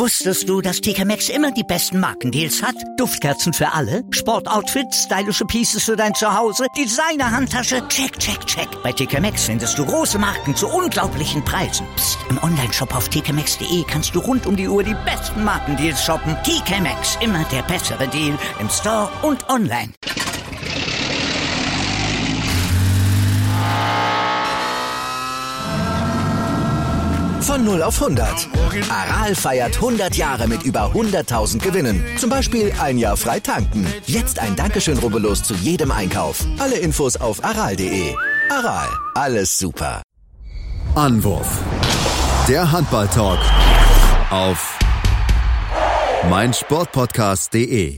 Wusstest du, dass TK Maxx immer die besten Markendeals hat? Duftkerzen für alle, Sportoutfits, stylische Pieces für dein Zuhause, Designer-Handtasche, check, check, check. Bei TK Maxx findest du große Marken zu unglaublichen Preisen. Psst. Im Onlineshop auf tkmaxx.de kannst du rund um die Uhr die besten Markendeals shoppen. TK Maxx, immer der bessere Deal im Store und online. Von 0 auf 100. Aral feiert 100 Jahre mit über 100.000 Gewinnen. Zum Beispiel ein Jahr frei tanken. Jetzt ein Dankeschön, rubbellos zu jedem Einkauf. Alle Infos auf aral.de. Aral, alles super. Anwurf. Der Handball-Talk auf meinsportpodcast.de.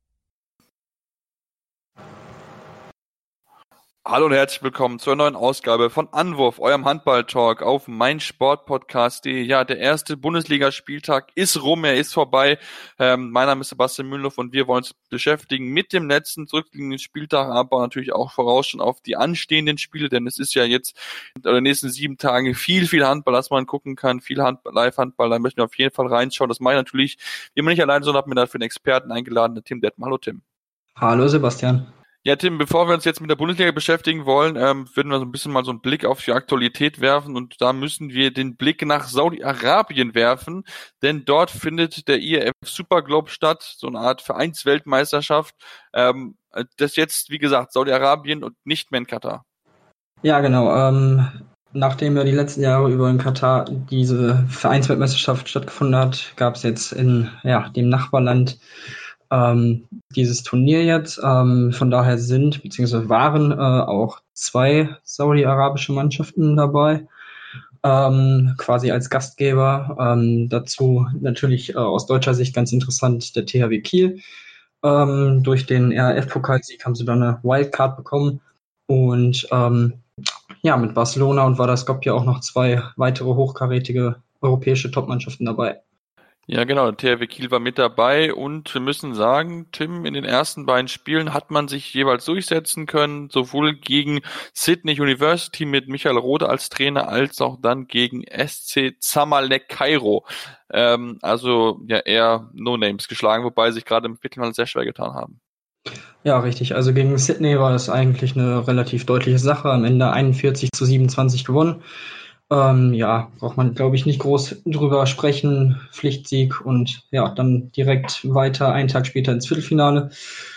Hallo und herzlich willkommen zur neuen Ausgabe von Anwurf, eurem Handball-Talk auf meinsportpodcast.de. Ja, der erste Bundesligaspieltag ist rum, er ist vorbei. Mein Name ist Sebastian Mühlenhoff und wir wollen uns beschäftigen mit dem letzten zurückliegenden Spieltag, aber natürlich auch vorausschauen auf die anstehenden Spiele, denn es ist ja jetzt in den nächsten 7 Tagen viel Handball, dass man gucken kann, viel Live-Handball, da möchten wir auf jeden Fall reinschauen. Das mache ich natürlich immer nicht alleine, sondern habe mir dafür einen Experten eingeladen, den Tim Detmann. Hallo Tim. Hallo Sebastian. Ja, Tim, bevor wir uns jetzt mit der Bundesliga beschäftigen wollen, würden wir so ein bisschen mal so einen Blick auf die Aktualität werfen und da müssen wir den Blick nach Saudi-Arabien werfen, denn dort findet der IAF Super Globe statt, so eine Art Vereinsweltmeisterschaft, das jetzt, wie gesagt, Saudi-Arabien und nicht mehr in Katar. Ja, genau. Nachdem ja die letzten Jahre über in Katar diese Vereinsweltmeisterschaft stattgefunden hat, gab es jetzt in dem Nachbarland dieses Turnier jetzt. Von daher beziehungsweise waren auch 2 saudi-arabische Mannschaften dabei, quasi als Gastgeber. Dazu natürlich aus deutscher Sicht ganz interessant der THW Kiel. Durch den RAF-Pokalsieg haben sie dann eine Wildcard bekommen und mit Barcelona und Vardar Skopje auch noch 2 weitere hochkarätige europäische Topmannschaften dabei. Ja, genau, der THW Kiel war mit dabei und wir müssen sagen, Tim, in den ersten beiden Spielen hat man sich jeweils durchsetzen können, sowohl gegen Sydney University mit Michael Rode als Trainer, als auch dann gegen SC Zamalek Kairo. Also ja eher No-Names geschlagen, wobei sich gerade im Viertelfinale sehr schwer getan haben. Ja, richtig. Also gegen Sydney war das eigentlich eine relativ deutliche Sache. Am Ende 41-27 gewonnen. Braucht man, glaube ich, nicht groß drüber sprechen. Pflichtsieg und dann direkt weiter, einen Tag später ins Viertelfinale.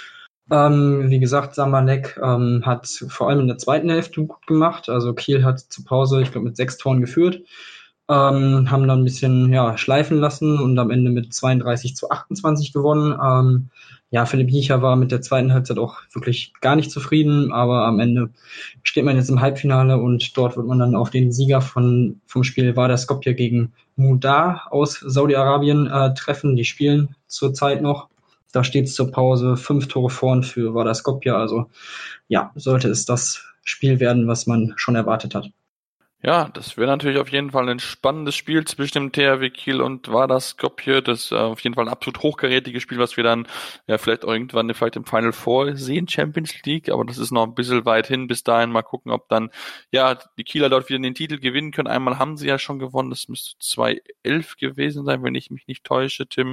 Wie gesagt, Zamalek hat vor allem in der zweiten Hälfte gut gemacht. Also Kiel hat zur Pause, ich glaube, mit 6 Toren geführt. Haben dann ein bisschen schleifen lassen und am Ende mit 32-28 gewonnen. Philipp Jicher war mit der zweiten Halbzeit auch wirklich gar nicht zufrieden, aber am Ende steht man jetzt im Halbfinale und dort wird man dann auf den Sieger vom Spiel Vardar Skopje gegen Mudar aus Saudi-Arabien treffen. Die spielen zurzeit noch. Da steht es zur Pause 5 Tore vorn für Vardar Skopje. Also sollte es das Spiel werden, was man schon erwartet hat. Ja, das wäre natürlich auf jeden Fall ein spannendes Spiel zwischen dem THW Kiel und Vardar Skopje. Das ist auf jeden Fall ein absolut hochkarätiges Spiel, was wir dann vielleicht auch irgendwann im Final Four sehen, Champions League. Aber das ist noch ein bisschen weit hin. Bis dahin mal gucken, ob dann die Kieler dort wieder den Titel gewinnen können. Einmal haben sie ja schon gewonnen. Das müsste 2011 gewesen sein, wenn ich mich nicht täusche, Tim.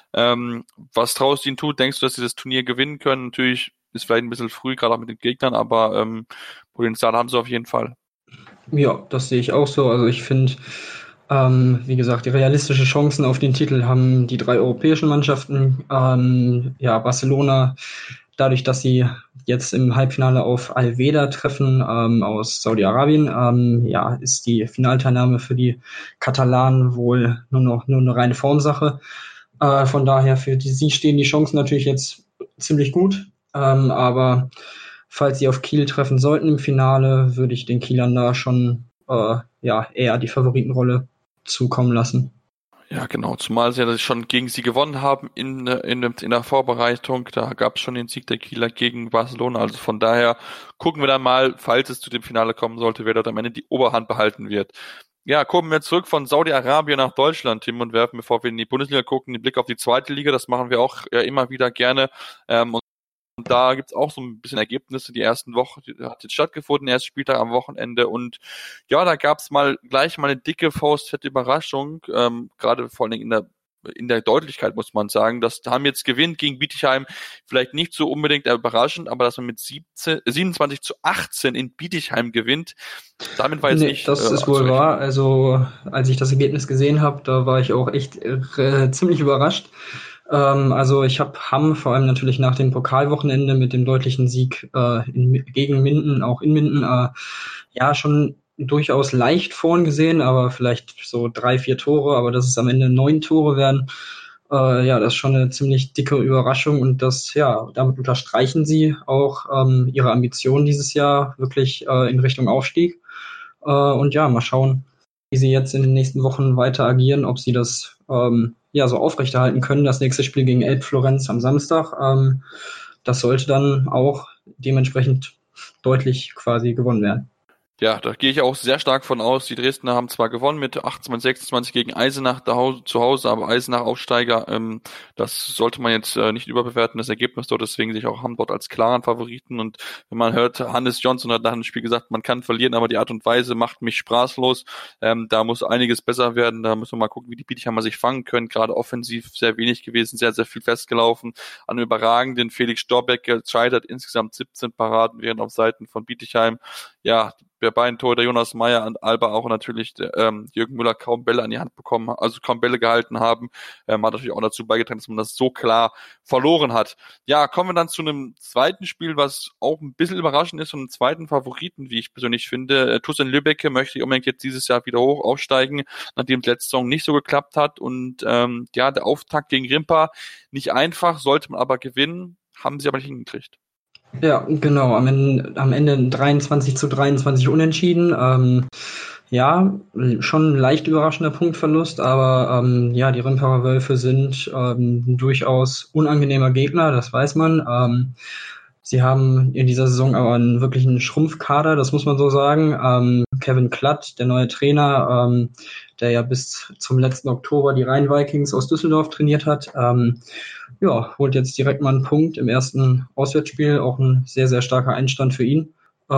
Was traust du ihnen tut? Denkst du, dass sie das Turnier gewinnen können? Natürlich ist vielleicht ein bisschen früh, gerade auch mit den Gegnern, aber Potenzial haben sie auf jeden Fall. Ja, das sehe ich auch so. Also ich finde, wie gesagt, die realistische Chancen auf den Titel haben die 3 europäischen Mannschaften. Barcelona, dadurch, dass sie jetzt im Halbfinale auf Al-Wehda treffen aus Saudi-Arabien, ist die Finalteilnahme für die Katalanen wohl nur eine reine Formsache. Von daher für sie stehen die Chancen natürlich jetzt ziemlich gut. Aber falls sie auf Kiel treffen sollten im Finale, würde ich den Kielern da schon eher die Favoritenrolle zukommen lassen. Ja, genau. Zumal sie ja schon gegen sie gewonnen haben in der Vorbereitung. Da gab es schon den Sieg der Kieler gegen Barcelona. Also von daher gucken wir dann mal, falls es zu dem Finale kommen sollte, wer dort am Ende die Oberhand behalten wird. Ja, kommen wir zurück von Saudi-Arabien nach Deutschland, Tim, und werfen, bevor wir in die Bundesliga gucken, den Blick auf die zweite Liga. Das machen wir auch immer wieder gerne. Und da gibt's auch so ein bisschen Ergebnisse. Die ersten Woche hat jetzt stattgefunden, der erste Spieltag am Wochenende. Und da gab's gleich mal eine dicke faustfette Überraschung, gerade vor allen Dingen in der in der Deutlichkeit, muss man sagen. Das haben jetzt gewinnt gegen Bietigheim, vielleicht nicht so unbedingt überraschend, aber dass man mit 27-18 in Bietigheim gewinnt, damit war jetzt nicht... Das ist wohl wahr. Also als ich das Ergebnis gesehen habe, da war ich auch echt ziemlich überrascht. Also ich habe Hamm vor allem natürlich nach dem Pokalwochenende mit dem deutlichen Sieg gegen Minden, auch in Minden, ja schon durchaus leicht vorn gesehen, aber vielleicht so 3-4 Tore, aber dass es am Ende 9 Tore werden, ja, das ist schon eine ziemlich dicke Überraschung und das, ja, damit unterstreichen sie auch ihre Ambitionen dieses Jahr wirklich in Richtung Aufstieg. Und ja, mal schauen, wie sie jetzt in den nächsten Wochen weiter agieren, ob sie das ja so aufrechterhalten können. Das nächste Spiel gegen Elbflorenz am Samstag, das sollte dann auch dementsprechend deutlich quasi gewonnen werden. Ja, da gehe ich auch sehr stark von aus. Die Dresdner haben zwar gewonnen mit 28-26 gegen Eisenach zu Hause, aber Eisenach Aufsteiger, das sollte man jetzt nicht überbewerten, das Ergebnis dort, deswegen sich auch Hamm dort als klaren Favoriten. Und wenn man hört, Hannes Johnson hat nach dem Spiel gesagt, man kann verlieren, aber die Art und Weise macht mich spaßlos. Da muss einiges besser werden, da müssen wir mal gucken, wie die Bietigheimer sich fangen können. Gerade offensiv sehr wenig gewesen, sehr, sehr viel festgelaufen. An überragenden Felix Storbeck gescheitert, insgesamt 17 Paraden, während auf Seiten von Bietigheim, ja, der beiden Torhüter Jonas Meyer und Alba auch natürlich Jürgen Müller kaum Bälle an die Hand bekommen, also kaum Bälle gehalten haben, hat natürlich auch dazu beigetragen, dass man das so klar verloren hat. Ja, kommen wir dann zu einem zweiten Spiel, was auch ein bisschen überraschend ist und einem zweiten Favoriten, wie ich persönlich finde. TuS Lübbecke möchte unbedingt jetzt dieses Jahr wieder hoch aufsteigen, nachdem es letzte Saison nicht so geklappt hat und ja, der Auftakt gegen Rimpa nicht einfach, sollte man aber gewinnen, haben sie aber nicht hingekriegt. Ja, genau. Am Ende 23-23 unentschieden. Ja, schon ein leicht überraschender Punktverlust, aber ja, die Rimparer Wölfe sind durchaus unangenehmer Gegner, das weiß man. Sie haben in dieser Saison aber einen wirklichen Schrumpfkader, das muss man so sagen. Kevin Klatt, der neue Trainer, der ja bis zum letzten Oktober die Rhein-Vikings aus Düsseldorf trainiert hat, ja, holt jetzt direkt mal einen Punkt im ersten Auswärtsspiel, auch ein sehr, sehr starker Einstand für ihn.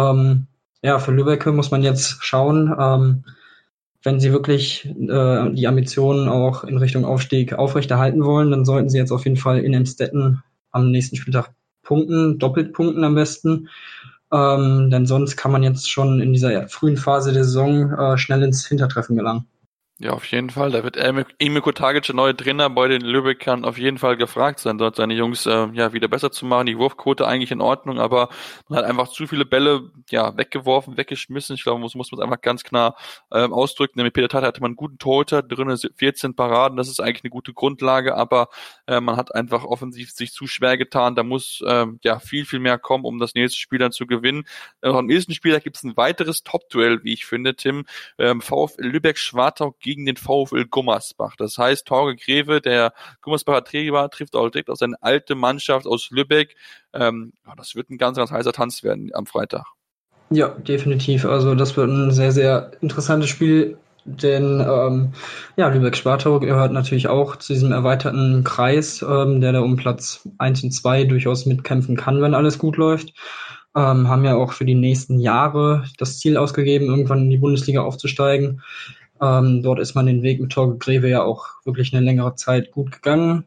Ja, für Lübbecke muss man jetzt schauen, wenn sie wirklich die Ambitionen auch in Richtung Aufstieg aufrechterhalten wollen, dann sollten sie jetzt auf jeden Fall in Emstetten am nächsten Spieltag punkten, doppelt punkten am besten. Denn sonst kann man jetzt schon in dieser frühen Phase der Saison schnell ins Hintertreffen gelangen. Ja, auf jeden Fall. Da wird Emil Kotagic, der neue Trainer bei den Lübeckern, auf jeden Fall gefragt sein, dort seine Jungs ja wieder besser zu machen. Die Wurfquote eigentlich in Ordnung, aber man hat einfach zu viele Bälle ja weggeworfen, weggeschmissen. Ich glaube, muss man es einfach ganz klar ausdrücken. Mit Peter Tate hatte man einen guten Torhüter drin, 14 Paraden, das ist eigentlich eine gute Grundlage, aber man hat einfach offensiv sich zu schwer getan. Da muss ja viel, viel mehr kommen, um das nächste Spiel dann zu gewinnen. Am nächsten Spiel gibt es ein weiteres Top-Duell, wie ich finde, Tim. VfL Lübeck-Schwartau gegen den VfL Gummersbach. Das heißt, Torge Greve, der Gummersbacher Trainer, trifft auch direkt auf seine alte Mannschaft aus Lübeck. Das wird ein ganz, ganz heißer Tanz werden am Freitag. Ja, definitiv. Also das wird ein sehr, sehr interessantes Spiel, denn ja, Lübeck-Schwartau gehört natürlich auch zu diesem erweiterten Kreis, der da um Platz 1 und 2 durchaus mitkämpfen kann, wenn alles gut läuft. Haben ja auch für die nächsten Jahre das Ziel ausgegeben, irgendwann in die Bundesliga aufzusteigen. Dort ist man den Weg mit Torge Greve ja auch wirklich eine längere Zeit gut gegangen.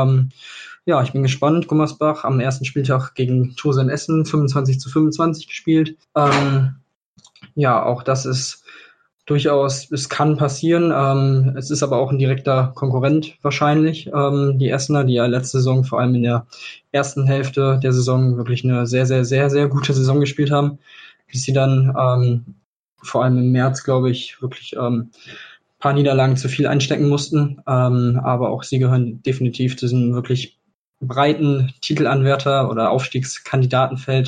Ja, ich bin gespannt. Gummersbach am ersten Spieltag gegen Tusen Essen 25-25 gespielt. Ja, auch das ist durchaus, es kann passieren. Es ist aber auch ein direkter Konkurrent wahrscheinlich. Die Essener, die ja letzte Saison vor allem in der ersten Hälfte der Saison wirklich eine sehr, sehr, sehr, sehr gute Saison gespielt haben, bis sie dann vor allem im März, glaube ich, wirklich paar Niederlagen zu viel einstecken mussten. Aber auch sie gehören definitiv zu diesem wirklich breiten Titelanwärter oder Aufstiegskandidatenfeld.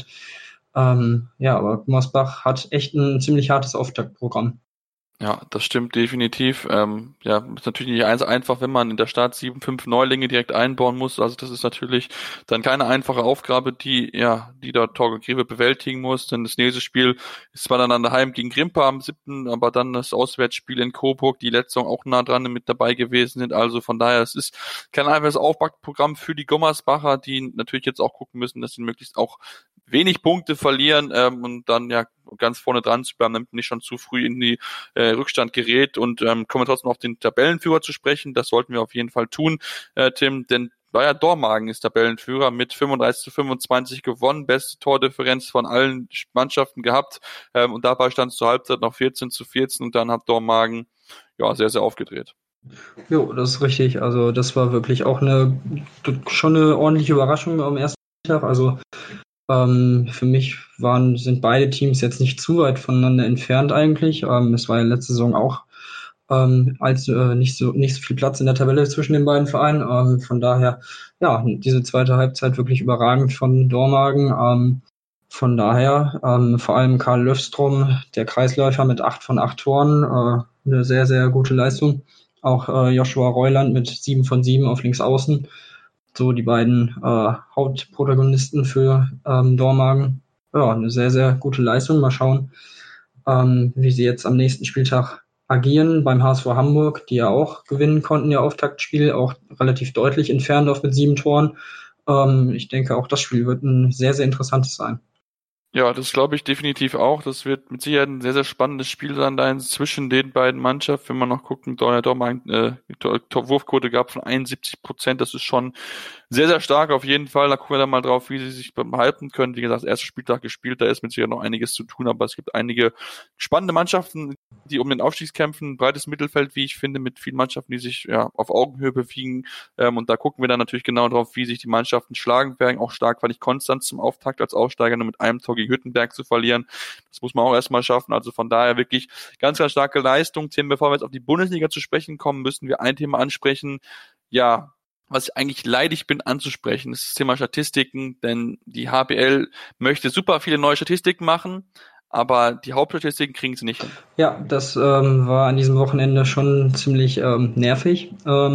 Ja, aber Gummersbach hat echt ein ziemlich hartes Auftaktprogramm. Ja, das stimmt definitiv. Ja, ist natürlich nicht einfach, wenn man in der Stadt 7-5 Neulinge direkt einbauen muss. Also das ist natürlich dann keine einfache Aufgabe, die dort Torge Greve bewältigen muss. Denn das nächste Spiel ist zwar dann daheim gegen Rimpa am 7., aber dann das Auswärtsspiel in Coburg, die letzte Saison auch nah dran mit dabei gewesen sind. Also von daher, es ist kein einfaches Aufbackprogramm für die Gummersbacher, die natürlich jetzt auch gucken müssen, dass sie möglichst auch wenig Punkte verlieren und dann ja ganz vorne dran zu bleiben, damit man nicht schon zu früh in die Rückstand gerät. Und kommen wir trotzdem auf den Tabellenführer zu sprechen. Das sollten wir auf jeden Fall tun, Tim, denn Bayer Dormagen ist Tabellenführer mit 35-25 gewonnen, beste Tordifferenz von allen Mannschaften gehabt und dabei stand es zur Halbzeit noch 14-14 und dann hat Dormagen ja sehr, sehr aufgedreht. Jo, das ist richtig. Also das war wirklich auch schon eine ordentliche Überraschung am ersten Tag. Also für mich sind beide Teams jetzt nicht zu weit voneinander entfernt eigentlich. Es war ja letzte Saison auch nicht so viel Platz in der Tabelle zwischen den beiden Vereinen. Von daher, ja, diese zweite Halbzeit wirklich überragend von Dormagen. Von daher, vor allem Karl Löfstrom, der Kreisläufer mit 8 von 8 Toren, eine sehr, sehr gute Leistung. Auch Joshua Reuland mit 7 von 7 auf Linksaußen. So die beiden Hauptprotagonisten für Dormagen. Ja, eine sehr, sehr gute Leistung. Mal schauen, wie sie jetzt am nächsten Spieltag agieren beim HSV Hamburg, die ja auch gewinnen konnten, ihr Auftaktspiel, auch relativ deutlich in Ferndorf mit 7 Toren. Ich denke, auch das Spiel wird ein sehr, sehr interessantes sein. Ja, das glaube ich definitiv auch. Das wird mit Sicherheit ein sehr, sehr spannendes Spiel sein zwischen den beiden Mannschaften. Wenn man noch guckt, Dormagen Wurfquote gab von 71%. Das ist schon sehr, sehr stark auf jeden Fall. Da gucken wir dann mal drauf, wie sie sich behalten können. Wie gesagt, erster Spieltag gespielt, da ist mit Sicherheit noch einiges zu tun, aber es gibt einige spannende Mannschaften, die um den Aufstieg kämpfen. Breites Mittelfeld, wie ich finde, mit vielen Mannschaften, die sich ja auf Augenhöhe bewegen. Und da gucken wir dann natürlich genau drauf, wie sich die Mannschaften schlagen werden. Auch stark fand ich Konstanz zum Auftakt als Aufsteiger nur mit einem Tor gegen Hüttenberg zu verlieren. Das muss man auch erstmal schaffen. Also von daher wirklich ganz, ganz starke Leistung. Tim, bevor wir jetzt auf die Bundesliga zu sprechen kommen, müssen wir ein Thema ansprechen. Ja, was ich eigentlich leidig bin anzusprechen, ist das Thema Statistiken, denn die HBL möchte super viele neue Statistiken machen, aber die Hauptstatistiken kriegen sie nicht hin. Ja, das war an diesem Wochenende schon ziemlich nervig.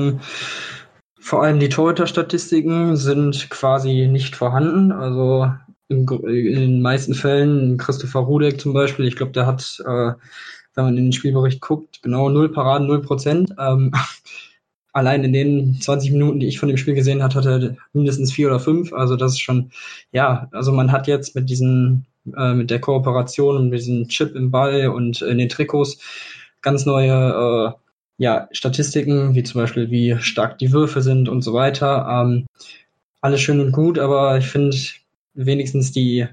Vor allem die Torhüter-Statistiken sind quasi nicht vorhanden. Also in den meisten Fällen, Christopher Rudek zum Beispiel, ich glaube, der hat, wenn man in den Spielbericht guckt, genau 0 Paraden, 0%. Allein in den 20 Minuten, die ich von dem Spiel gesehen habe, hat er mindestens 4 oder 5. Also das ist schon, ja, also man hat jetzt mit der Kooperation und mit diesem Chip im Ball und in den Trikots ganz neue Statistiken, wie zum Beispiel, wie stark die Würfe sind und so weiter. Alles schön und gut, aber ich finde wenigstens die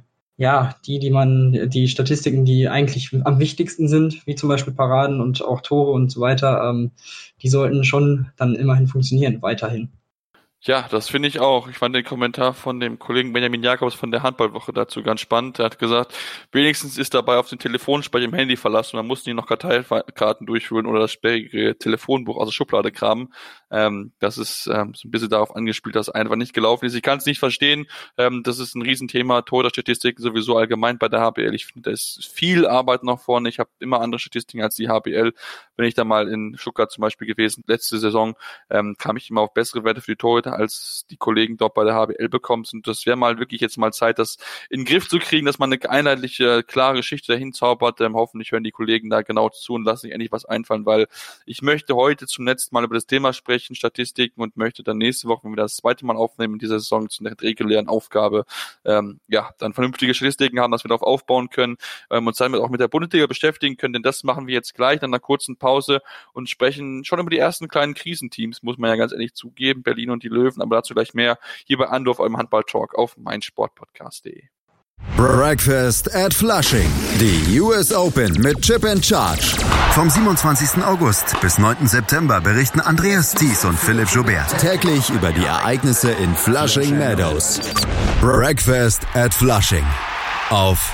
Statistiken, die eigentlich am wichtigsten sind, wie zum Beispiel Paraden und auch Tore und so weiter, die sollten schon dann immerhin funktionieren, weiterhin. Ja, das finde ich auch. Ich fand den Kommentar von dem Kollegen Benjamin Jakobs von der Handballwoche dazu ganz spannend. Er hat gesagt, wenigstens ist dabei auf den Telefonspeicher im Handy verlassen und dann mussten die noch Karteikarten durchführen oder das sperrige Telefonbuch aus der Schublade kramen. Das ist so ein bisschen darauf angespielt, dass einfach nicht gelaufen ist. Ich kann es nicht verstehen. Das ist ein Riesenthema. Torhüter-Statistiken sowieso allgemein bei der HBL. Ich finde, da ist viel Arbeit noch vorne. Ich habe immer andere Statistiken als die HBL. Wenn ich da mal in Stuttgart zum Beispiel gewesen, letzte Saison, kam ich immer auf bessere Werte für die Torhüter als die Kollegen dort bei der HBL bekommen. Und das wäre mal wirklich jetzt mal Zeit, das in den Griff zu kriegen, dass man eine einheitliche, klare Geschichte dahin zaubert. Hoffentlich hören die Kollegen da genau zu und lassen sich endlich was einfallen, weil ich möchte heute zum letzten Mal über das Thema sprechen, Statistiken, und möchte dann nächste Woche, wenn wir das zweite Mal aufnehmen in dieser Saison, zu einer regulären Aufgabe, dann vernünftige Statistiken haben, dass wir darauf aufbauen können, uns damit auch mit der Bundesliga beschäftigen können, denn das machen wir jetzt gleich nach einer kurzen Pause und sprechen schon über die ersten kleinen Krisenteams, muss man ja ganz ehrlich zugeben, Berlin und die Löwen, aber dazu gleich mehr hier bei Andorf, eurem Handball-Talk auf meinsportpodcast.de. Breakfast at Flushing. Die US Open mit Chip and Charge. Vom 27. August bis 9. September berichten Andreas Thies und Philipp Joubert Täglich über die Ereignisse in Flushing Meadows. Breakfast at Flushing. Auf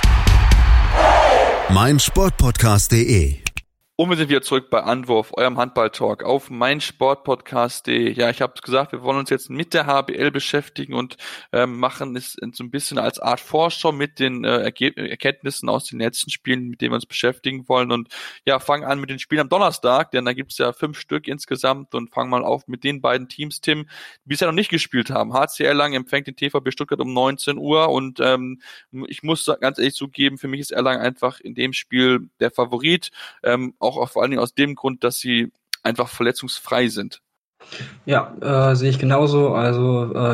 meinsportpodcast.de. Und wir sind wieder zurück bei Anwurf, eurem Handball-Talk auf meinsportpodcast.de. Ja, ich habe gesagt, wir wollen uns jetzt mit der HBL beschäftigen und machen es so ein bisschen als Art Vorschau mit den Erkenntnissen aus den letzten Spielen, mit denen wir uns beschäftigen wollen. Und ja, fangen an mit den Spielen am Donnerstag, denn da gibt's ja 5 Stück insgesamt, und fangen mal auf mit den beiden Teams, Tim, die bisher noch nicht gespielt haben. HC Erlangen empfängt den TVB Stuttgart um 19 Uhr und ich muss ganz ehrlich zugeben, für mich ist Erlangen einfach in dem Spiel der Favorit, auch vor allen Dingen aus dem Grund, dass sie einfach verletzungsfrei sind. Ja, sehe ich genauso. Also wir haben es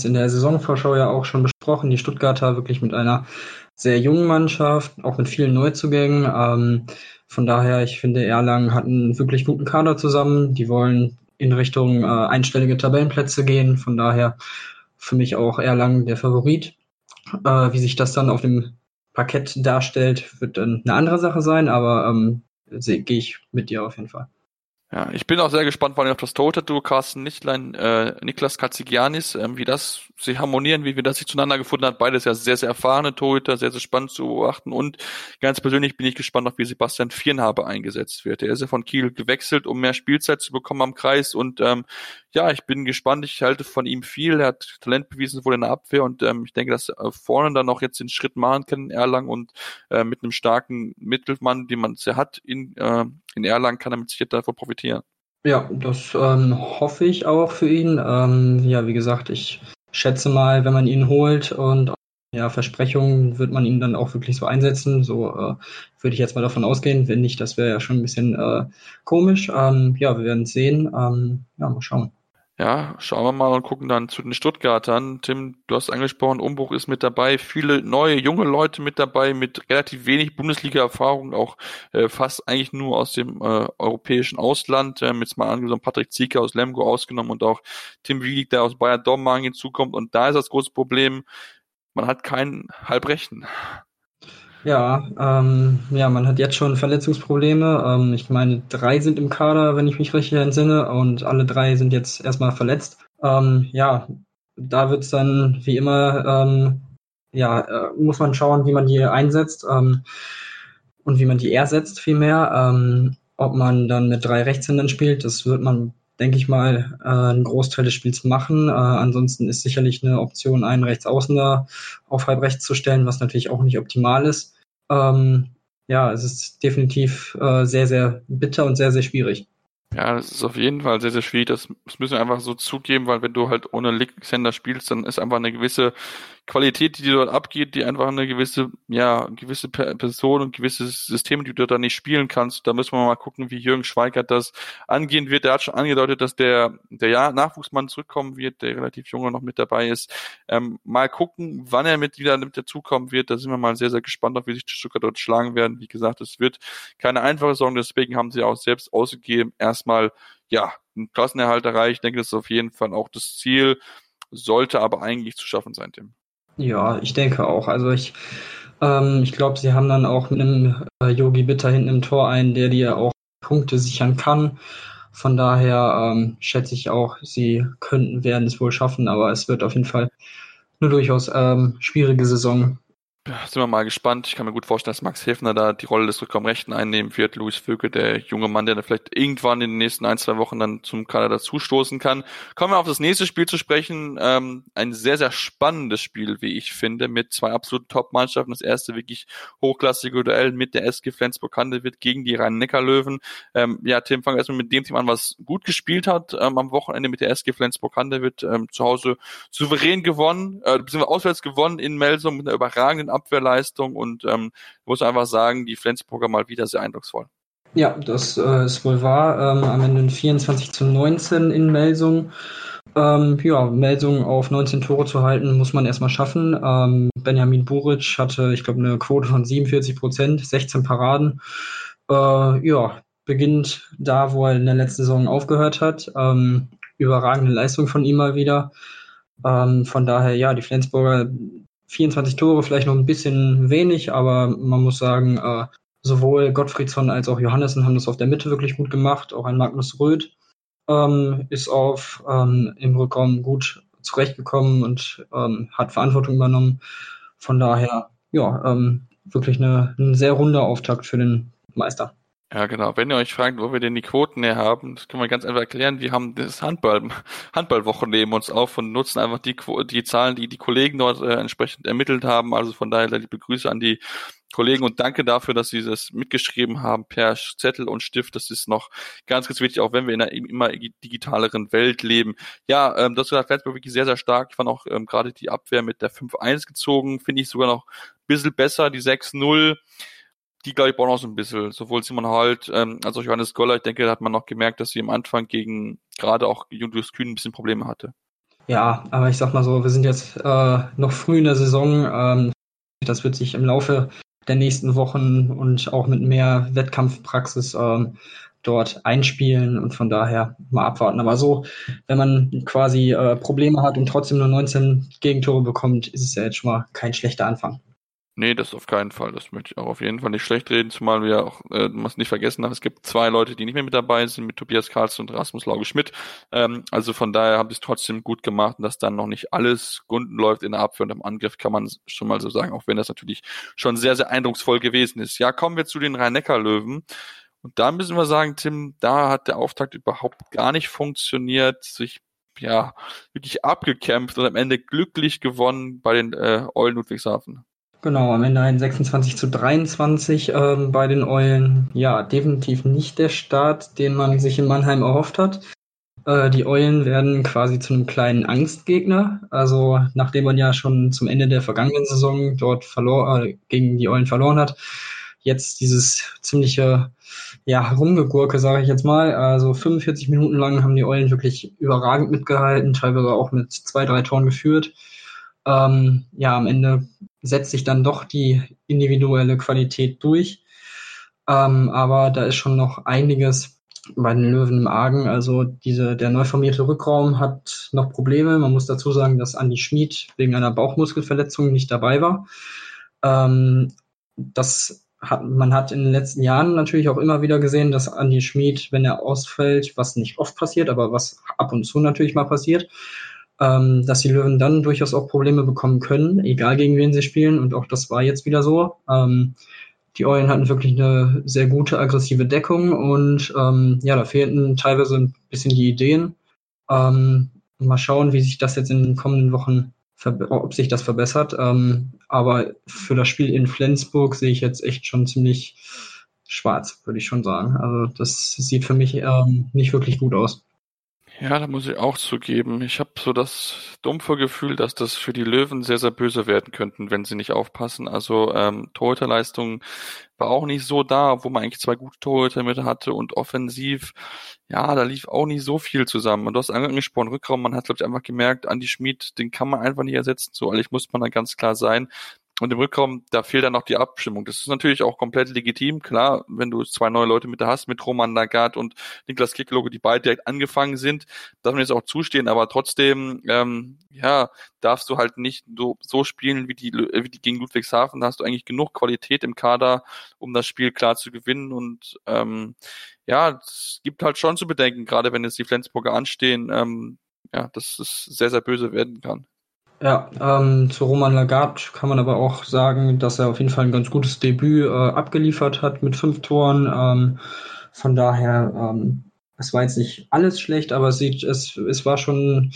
in der Saisonvorschau ja auch schon besprochen. Die Stuttgarter wirklich mit einer sehr jungen Mannschaft, auch mit vielen Neuzugängen. Von daher, ich finde, Erlangen hat einen wirklich guten Kader zusammen. Die wollen in Richtung einstellige Tabellenplätze gehen. Von daher für mich auch Erlangen der Favorit. Wie sich das dann auf dem Parkett darstellt, wird dann eine andere Sache sein, aber gehe ich mit dir auf jeden Fall. Ja, ich bin auch sehr gespannt, vor allem auf das Torhüter-Duo Carsten Nichtlein, Niklas Katzigiannis, wie das sich harmonieren, wie wir das sich zueinander gefunden hat. Beides ja sehr, sehr erfahrene Torhüter, sehr, sehr spannend zu beobachten. Und ganz persönlich bin ich gespannt, auf wie Sebastian Viernhabe eingesetzt wird. Er ist ja von Kiel gewechselt, um mehr Spielzeit zu bekommen am Kreis. Und ja, ich bin gespannt. Ich halte von ihm viel. Er hat Talent bewiesen, wohl in der Abwehr. Und ich denke, dass er vorne dann auch jetzt den Schritt machen kann in Erlangen. Und mit einem starken Mittelmann, den man es ja hat in Erlangen, kann er mit Sicherheit davon profitieren. Ja, das hoffe ich auch für ihn. Ja, wie gesagt, ich schätze mal, wenn man ihn holt und ja, Versprechungen wird man ihn dann auch wirklich so einsetzen. So würde ich jetzt mal davon ausgehen. Wenn nicht, das wäre ja schon ein bisschen komisch. Ja, wir werden es sehen. Ja, mal schauen. Ja, schauen wir mal und gucken dann zu den Stuttgartern. Tim, du hast angesprochen, Umbruch ist mit dabei, viele neue, junge Leute mit dabei, mit relativ wenig Bundesliga-Erfahrung, auch fast eigentlich nur aus dem europäischen Ausland. Jetzt mal angesprochen, Patrick Zieker aus Lemgo ausgenommen und auch Tim Wielig, der aus Bayer Dormagen hinzukommt. Und da ist das große Problem, man hat keinen Halbrechten. Ja, ja, man hat jetzt schon Verletzungsprobleme. Ich meine, 3 sind im Kader, wenn ich mich richtig entsinne, und alle 3 sind jetzt erstmal verletzt. Ja, da wird's dann wie immer, muss man schauen, wie man die einsetzt und wie man die ersetzt vielmehr. Ob man dann mit 3 Rechtshändern spielt, das wird man, denke ich mal, einen Großteil des Spiels machen. Ansonsten ist sicherlich eine Option, einen Rechtsaußener auf halb rechts zu stellen, was natürlich auch nicht optimal ist. Ja, es ist definitiv sehr, sehr bitter und sehr, sehr schwierig. Ja, das ist auf jeden Fall sehr, sehr schwierig. Das müssen wir einfach so zugeben, weil wenn du halt ohne Linkshänder spielst, dann ist einfach eine gewisse Qualität, die dir dort abgeht, die einfach eine gewisse Person und gewisse Systeme, die du dort nicht spielen kannst. Da müssen wir mal gucken, wie Jürgen Schweigert das angehen wird. Der hat schon angedeutet, dass der Nachwuchsmann zurückkommen wird, der relativ junge noch mit dabei ist. Mal gucken, wann er wieder mit dazukommen wird. Da sind wir mal sehr, sehr gespannt auf, wie sich die Stuttgart dort schlagen werden. Wie gesagt, es wird keine einfache Saison, deswegen haben sie auch selbst ausgegeben, erstmal, ja, einen Klassenerhalt erreicht. Ich denke, das ist auf jeden Fall auch das Ziel, sollte aber eigentlich zu schaffen sein, Tim. Ja, ich denke auch. Also ich glaube, sie haben dann auch mit einem Yogi Bitter hinten im Tor einen, der dir auch Punkte sichern kann. Von daher schätze ich auch, sie werden es wohl schaffen, aber es wird auf jeden Fall eine durchaus schwierige Saison. Ja, sind wir mal gespannt. Ich kann mir gut vorstellen, dass Max Häfner da die Rolle des Rückraumrechten einnehmen wird. Luis Vöge, der junge Mann, der dann vielleicht irgendwann in den nächsten 1-2 Wochen dann zum Kader dazustoßen kann. Kommen wir auf das nächste Spiel zu sprechen. Ein sehr, sehr spannendes Spiel, wie ich finde, mit 2 absoluten Top-Mannschaften. Das erste wirklich hochklassige Duell mit der SG Flensburg-Handewitt gegen die Rhein-Neckar-Löwen. Ja, Tim, fangen wir erstmal mit dem Team an, was gut gespielt hat am Wochenende mit der SG Flensburg-Handewitt. Zu Hause souverän gewonnen, beziehungsweise auswärts gewonnen in Melsung mit einer überragenden Abwehrleistung und muss einfach sagen, die Flensburger mal wieder sehr eindrucksvoll. Ja, das ist wohl wahr. Am Ende 24-19 in Melsung. Melsung auf 19 Tore zu halten, muss man erstmal schaffen. Benjamin Buric hatte, ich glaube, eine Quote von 47%, 16 Paraden. Beginnt da, wo er in der letzten Saison aufgehört hat. Überragende Leistung von ihm mal wieder. Von daher, ja, die Flensburger 24 Tore, vielleicht noch ein bisschen wenig, aber man muss sagen, sowohl Gottfriedsson als auch Johannessen haben das auf der Mitte wirklich gut gemacht. Auch ein Magnus Röth ist im Rückraum gut zurechtgekommen und hat Verantwortung übernommen. Von daher, ja, wirklich ein sehr runder Auftakt für den Meister. Ja, genau. Wenn ihr euch fragt, wo wir denn die Quoten her haben, das können wir ganz einfach erklären. Wir haben das Handballwochen neben uns auf und nutzen einfach die Zahlen, die Kollegen dort entsprechend ermittelt haben. Also von daher liebe Grüße an die Kollegen und danke dafür, dass sie das mitgeschrieben haben per Zettel und Stift. Das ist noch ganz, ganz wichtig, auch wenn wir in einer immer digitaleren Welt leben. Ja, das ist Flensburg wirklich sehr, sehr stark. Ich fand auch gerade die Abwehr mit der 5-1 gezogen, finde ich sogar noch ein bisschen besser. Die 6-0, die, glaube ich, brauchen auch so ein bisschen, sowohl Simon Holt als auch Johannes Goller. Ich denke, da hat man noch gemerkt, dass sie am Anfang gegen gerade auch Julius Kühn ein bisschen Probleme hatte. Ja, aber ich sag mal so, wir sind jetzt noch früh in der Saison. Das wird sich im Laufe der nächsten Wochen und auch mit mehr Wettkampfpraxis dort einspielen und von daher mal abwarten. Aber so, wenn man quasi Probleme hat und trotzdem nur 19 Gegentore bekommt, ist es ja jetzt schon mal kein schlechter Anfang. Nee, das auf keinen Fall. Das möchte ich auch auf jeden Fall nicht schlecht reden, zumal wir auch, man es nicht vergessen haben, es gibt 2 Leute, die nicht mehr mit dabei sind, mit Tobias Karlsson und Rasmus Lauge-Schmidt. Also von daher haben sie es trotzdem gut gemacht, und dass dann noch nicht alles Gunden läuft in der Abwehr und im Angriff, kann man schon mal so sagen, auch wenn das natürlich schon sehr, sehr eindrucksvoll gewesen ist. Ja, kommen wir zu den Rhein-Neckar-Löwen. Und da müssen wir sagen, Tim, da hat der Auftakt überhaupt gar nicht funktioniert, sich ja wirklich abgekämpft und am Ende glücklich gewonnen bei den Eulen Ludwigshafen. Genau, am Ende ein 26-23 bei den Eulen. Ja, definitiv nicht der Start, den man sich in Mannheim erhofft hat. Die Eulen werden quasi zu einem kleinen Angstgegner. Also nachdem man ja schon zum Ende der vergangenen Saison dort gegen die Eulen verloren hat, jetzt dieses ziemliche Rumgegurke, sage ich jetzt mal. Also 45 Minuten lang haben die Eulen wirklich überragend mitgehalten, teilweise auch mit 2-3 Toren geführt. Am Ende setzt sich dann doch die individuelle Qualität durch. Aber da ist schon noch einiges bei den Löwen im Argen. Also der neu formierte Rückraum hat noch Probleme. Man muss dazu sagen, dass Andi Schmid wegen einer Bauchmuskelverletzung nicht dabei war. Man hat in den letzten Jahren natürlich auch immer wieder gesehen, dass Andi Schmid, wenn er ausfällt, was nicht oft passiert, aber was ab und zu natürlich mal passiert, dass die Löwen dann durchaus auch Probleme bekommen können, egal gegen wen sie spielen. Und auch das war jetzt wieder so. Die Eulen hatten wirklich eine sehr gute, aggressive Deckung und da fehlten teilweise ein bisschen die Ideen. Mal schauen, wie sich das jetzt in den kommenden Wochen, ob sich das verbessert. Aber für das Spiel in Flensburg sehe ich jetzt echt schon ziemlich schwarz, würde ich schon sagen. Also das sieht für mich nicht wirklich gut aus. Ja, da muss ich auch zugeben. Ich habe so das dumpfe Gefühl, dass das für die Löwen sehr, sehr böse werden könnten, wenn sie nicht aufpassen. Also Torhüterleistung war auch nicht so da, wo man eigentlich 2 gute Torhüter mit hatte und offensiv, ja, da lief auch nicht so viel zusammen. Und du hast angesprochen, Rückraum, man hat, glaube ich, einfach gemerkt, Andi Schmid, den kann man einfach nicht ersetzen. So ehrlich muss man da ganz klar sein. Und im Rückraum, da fehlt dann noch die Abstimmung. Das ist natürlich auch komplett legitim. Klar, wenn du 2 neue Leute mit da hast, mit Roman Lagarde und Niklas Kikelogo, die beide direkt angefangen sind, darf man jetzt auch zustehen. Aber trotzdem, darfst du halt nicht so spielen wie die gegen Ludwigshafen. Da hast du eigentlich genug Qualität im Kader, um das Spiel klar zu gewinnen. Und es gibt halt schon zu bedenken, gerade wenn jetzt die Flensburger anstehen, dass es sehr, sehr böse werden kann. Ja, zu Roman Lagarde kann man aber auch sagen, dass er auf jeden Fall ein ganz gutes Debüt abgeliefert hat mit 5 Toren. Von daher, es war jetzt nicht alles schlecht, aber es war schon,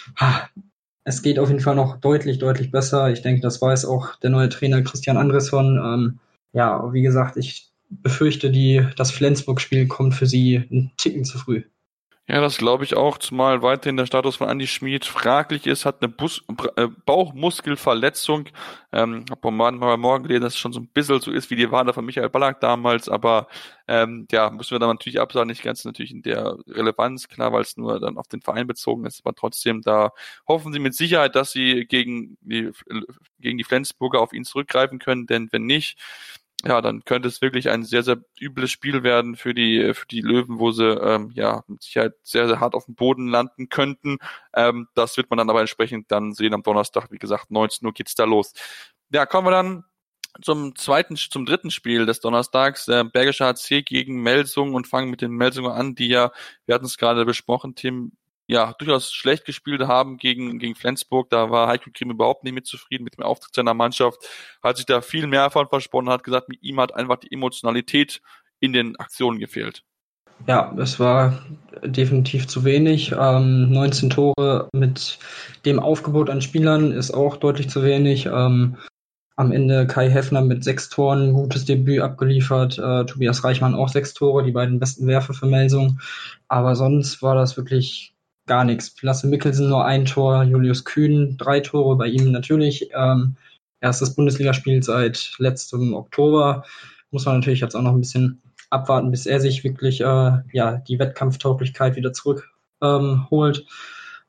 es geht auf jeden Fall noch deutlich, deutlich besser. Ich denke, das weiß auch der neue Trainer Christian Andresson. Wie gesagt, ich befürchte, das Flensburg-Spiel kommt für sie einen Ticken zu früh. Ja, das glaube ich auch, zumal weiterhin der Status von Andi Schmid fraglich ist, hat eine Bauchmuskelverletzung. Hab morgen gelesen, dass es schon so ein bisschen so ist wie die Wade von Michael Ballack damals, aber müssen wir dann natürlich absagen, nicht ganz natürlich in der Relevanz, klar, weil es nur dann auf den Verein bezogen ist, aber trotzdem, da hoffen sie mit Sicherheit, dass sie gegen die Flensburger auf ihn zurückgreifen können, denn wenn nicht, ja, dann könnte es wirklich ein sehr, sehr übles Spiel werden für die Löwen, wo sie mit Sicherheit sehr, sehr hart auf dem Boden landen könnten. Das wird man dann aber entsprechend dann sehen am Donnerstag. Wie gesagt, 19 Uhr geht's da los. Ja, kommen wir dann zum dritten Spiel des Donnerstags. Bergischer HC gegen Melsungen und fangen mit den Melsungen an, die ja, wir hatten es gerade besprochen, Tim, durchaus schlecht gespielt haben gegen Flensburg. Da war Heiko Grimm überhaupt nicht mit zufrieden mit dem Auftritt seiner Mannschaft. Hat sich da viel mehr von versprochen, hat gesagt, mit ihm hat einfach die Emotionalität in den Aktionen gefehlt. Ja, es war definitiv zu wenig. 19 Tore mit dem Aufgebot an Spielern ist auch deutlich zu wenig. Am Ende Kai Heffner mit 6 Toren, gutes Debüt abgeliefert. Tobias Reichmann auch 6 Tore, die beiden besten Werfer für Melsungen. Aber sonst war das wirklich gar nichts. Lasse Mikkelsen nur 1 Tor, Julius Kühn 3 Tore, bei ihm natürlich erstes Bundesligaspiel seit letztem Oktober. Muss man natürlich jetzt auch noch ein bisschen abwarten, bis er sich wirklich die Wettkampftauglichkeit wieder zurück holt.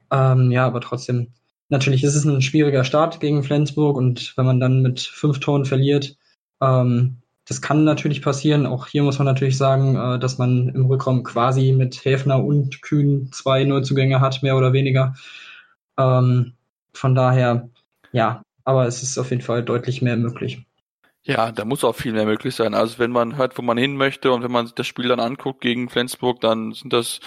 Ja, aber trotzdem, natürlich ist es ein schwieriger Start gegen Flensburg und wenn man dann mit 5 Toren verliert, das kann natürlich passieren. Auch hier muss man natürlich sagen, dass man im Rückraum quasi mit Häfner und Kühn 2 Neuzugänge hat, mehr oder weniger. Von daher, ja, aber es ist auf jeden Fall deutlich mehr möglich. Ja, da muss auch viel mehr möglich sein. Also wenn man hört, wo man hin möchte und wenn man sich das Spiel dann anguckt gegen Flensburg, dann sind das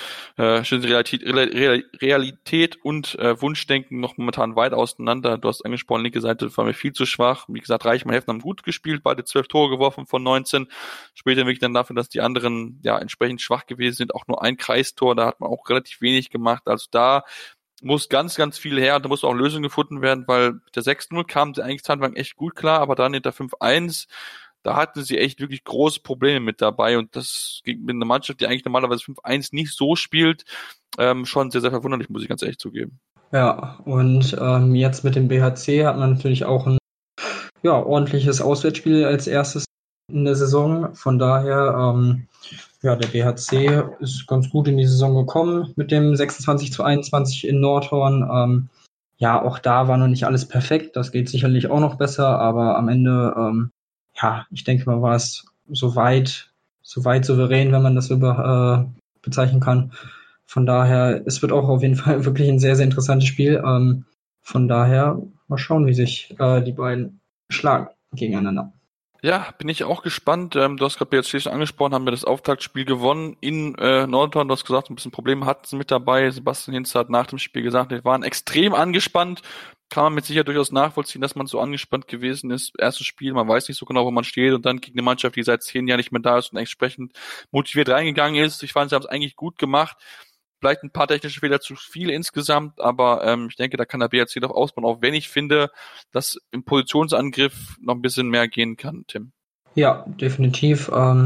Realität und Wunschdenken noch momentan weit auseinander. Du hast angesprochen, linke Seite war mir viel zu schwach. Wie gesagt, Reichmann-Häfner haben gut gespielt, beide 12 Tore geworfen von 19. Später wirklich dann dafür, dass die anderen ja entsprechend schwach gewesen sind, auch nur ein Kreistor, da hat man auch relativ wenig gemacht. Also da muss ganz, ganz viel her, da muss auch Lösungen gefunden werden, weil mit der 6-0 kamen sie eigentlich zeitlang echt gut klar, aber dann in der 5-1, da hatten sie echt wirklich große Probleme mit dabei und das ging mit einer Mannschaft, die eigentlich normalerweise 5-1 nicht so spielt, schon sehr, sehr verwunderlich, muss ich ganz ehrlich zugeben. Ja, und jetzt mit dem BHC hat man natürlich auch ein ordentliches Auswärtsspiel als erstes in der Saison, von daher der BHC ist ganz gut in die Saison gekommen mit dem 26-21 in Nordhorn. Auch da war noch nicht alles perfekt. Das geht sicherlich auch noch besser, aber am Ende, ich denke mal, war es soweit souverän, wenn man das so bezeichnen kann. Von daher, es wird auch auf jeden Fall wirklich ein sehr, sehr interessantes Spiel. Von daher, mal schauen, wie sich die beiden schlagen gegeneinander. Ja, bin ich auch gespannt. Du hast gerade BHC schon angesprochen, haben wir das Auftaktspiel gewonnen in Nordhorn. Du hast gesagt, ein bisschen Probleme hatten sie mit dabei. Sebastian Hinz hat nach dem Spiel gesagt, wir waren extrem angespannt. Kann man mit Sicherheit durchaus nachvollziehen, dass man so angespannt gewesen ist. Erstes Spiel, man weiß nicht so genau, wo man steht und dann gegen eine Mannschaft, die seit 10 Jahren nicht mehr da ist und entsprechend motiviert reingegangen ist. Ich fand, sie haben es eigentlich gut gemacht. Vielleicht ein paar technische Fehler zu viel insgesamt, aber ich denke, da kann der BHC doch ausbauen, auch wenn ich finde, dass im Positionsangriff noch ein bisschen mehr gehen kann, Tim. Ja, definitiv.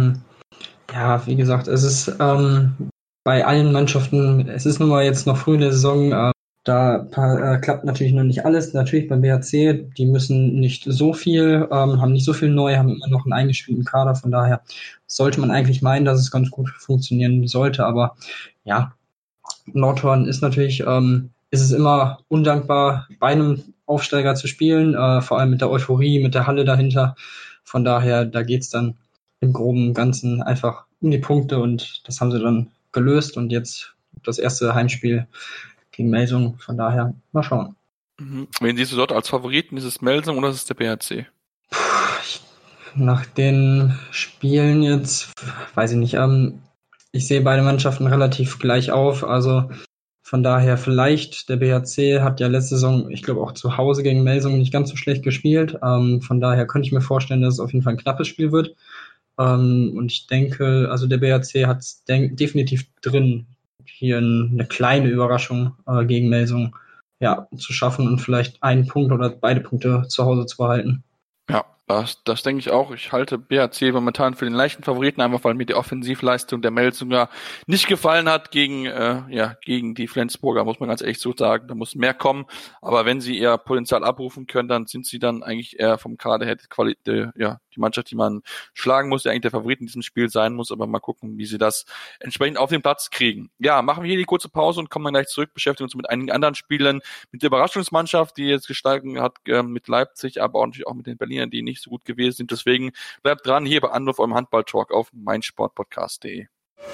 Wie gesagt, es ist bei allen Mannschaften, es ist nun mal jetzt noch früh in der Saison, klappt natürlich noch nicht alles. Natürlich beim BHC, die müssen nicht so viel, haben nicht so viel neu, haben immer noch einen eingespielten Kader, von daher sollte man eigentlich meinen, dass es ganz gut funktionieren sollte, aber ja, Nordhorn ist natürlich, ist es immer undankbar, bei einem Aufsteiger zu spielen, vor allem mit der Euphorie, mit der Halle dahinter. Von daher, da geht's dann im groben Ganzen einfach um die Punkte und das haben sie dann gelöst und jetzt das erste Heimspiel gegen Melsung. Von daher, mal schauen. Wen siehst du dort als Favoriten? Ist es Melsung oder ist es der BHC? Nach den Spielen jetzt, weiß ich nicht, ich sehe beide Mannschaften relativ gleich auf, also von daher vielleicht, der BHC hat ja letzte Saison, ich glaube auch zu Hause gegen Melsung nicht ganz so schlecht gespielt, von daher könnte ich mir vorstellen, dass es auf jeden Fall ein knappes Spiel wird und ich denke, also der BHC hat es definitiv drin, hier eine kleine Überraschung gegen Melsung zu schaffen und vielleicht einen Punkt oder beide Punkte zu Hause zu behalten. Ja, das denke ich auch. Ich halte BHC momentan für den leichten Favoriten, einfach weil mir die Offensivleistung der Melsunger nicht gefallen hat gegen die Flensburger, muss man ganz ehrlich so sagen. Da muss mehr kommen. Aber wenn sie ihr Potenzial abrufen können, dann sind sie dann eigentlich eher vom Kader her die Mannschaft, die man schlagen muss, die eigentlich der Favorit in diesem Spiel sein muss. Aber mal gucken, wie sie das entsprechend auf den Platz kriegen. Ja, machen wir hier die kurze Pause und kommen dann gleich zurück, beschäftigen uns mit einigen anderen Spielen, mit der Überraschungsmannschaft, die jetzt gestalten hat mit Leipzig, aber auch natürlich auch mit den Berlinern, die nicht so gut gewesen sind. Deswegen bleibt dran hier bei Anruf eurem Handball-Talk auf meinsportpodcast.de.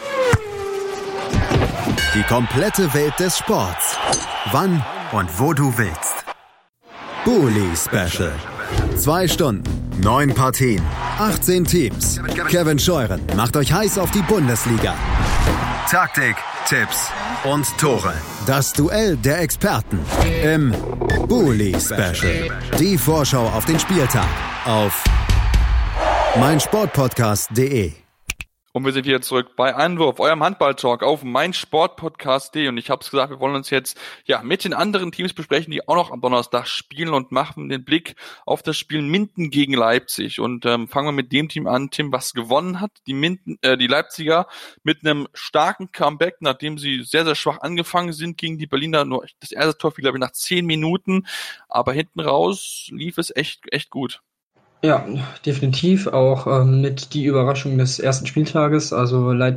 Die komplette Welt des Sports. Wann und wo du willst. Bully Special. 2 Stunden, 9 Partien, 18 Teams. Kevin Scheuren macht euch heiß auf die Bundesliga. Taktik, Tipps und Tore. Das Duell der Experten im Bully Special. Die Vorschau auf den Spieltag auf meinsportpodcast.de. Und wir sind wieder zurück bei Einwurf, eurem Handball-Talk auf meinsportpodcast.de. Und ich habe es gesagt, wir wollen uns jetzt mit den anderen Teams besprechen, die auch noch am Donnerstag spielen und machen den Blick auf das Spiel Minden gegen Leipzig. Und fangen wir mit dem Team an, Tim, was gewonnen hat. Die Leipziger mit einem starken Comeback, nachdem sie sehr, sehr schwach angefangen sind gegen die Berliner. Nur das erste Tor fiel, glaube ich, nach 10 Minuten. Aber hinten raus lief es echt gut. Ja, definitiv auch mit die Überraschung des ersten Spieltages. Also Leipzig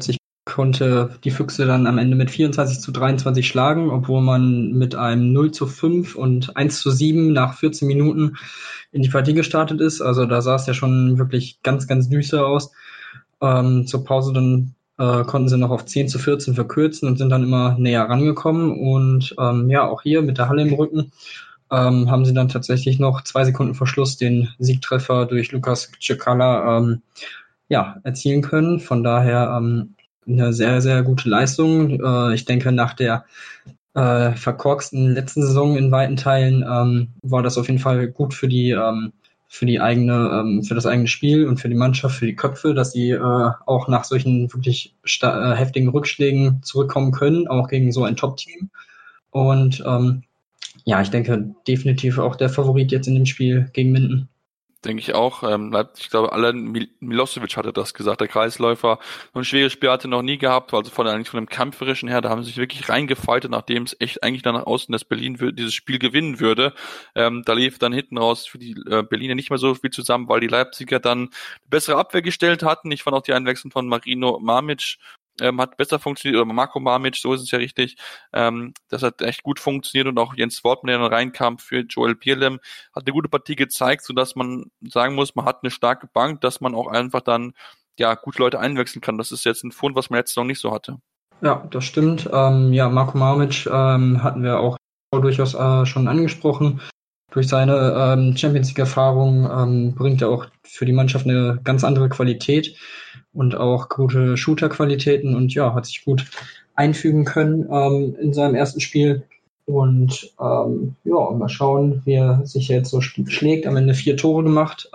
konnte die Füchse dann am Ende mit 24-23 schlagen, obwohl man mit einem 0-5 und 1-7 nach 14 Minuten in die Partie gestartet ist. Also da sah es ja schon wirklich ganz, ganz düster aus. Zur Pause dann konnten sie noch auf 10-14 verkürzen und sind dann immer näher rangekommen. Und auch hier mit der Halle im Rücken haben sie dann tatsächlich noch 2 Sekunden vor Schluss den Siegtreffer durch Lukas Cekala erzielen können. Von daher eine sehr, sehr gute Leistung. Ich denke, nach der verkorksten letzten Saison in weiten Teilen war das auf jeden Fall gut für das eigene Spiel und für die Mannschaft, für die Köpfe, dass sie auch nach solchen wirklich heftigen Rückschlägen zurückkommen können, auch gegen so ein Top-Team. Und ich denke definitiv auch der Favorit jetzt in dem Spiel gegen Minden. Denke ich auch. Ich glaube, Alen Milosevic hatte das gesagt, der Kreisläufer. So ein schweres Spiel hatte er noch nie gehabt, also von dem Kämpferischen her, da haben sie sich wirklich reingefeitet, nachdem es echt eigentlich dann nach außen, dass Berlin dieses Spiel gewinnen würde. Da lief dann hinten raus für die Berliner nicht mehr so viel zusammen, weil die Leipziger dann eine bessere Abwehr gestellt hatten. Ich fand auch die Einwechslung von Marino Mamic hat besser funktioniert, oder Marko Mamic, so ist es ja richtig. Das hat echt gut funktioniert und auch Jens Wortmann, der dann reinkam für Joel Bierlem, hat eine gute Partie gezeigt, sodass man sagen muss, man hat eine starke Bank, dass man auch einfach dann gute Leute einwechseln kann. Das ist jetzt ein Fund, was man letztes Jahr noch nicht so hatte. Ja, das stimmt. Marko Mamic hatten wir auch durchaus schon angesprochen. Durch seine Champions League-Erfahrung bringt er auch für die Mannschaft eine ganz andere Qualität und auch gute Shooter-Qualitäten und hat sich gut einfügen können in seinem ersten Spiel. Und mal schauen, wie er sich jetzt so schlägt. Am Ende 4 Tore gemacht.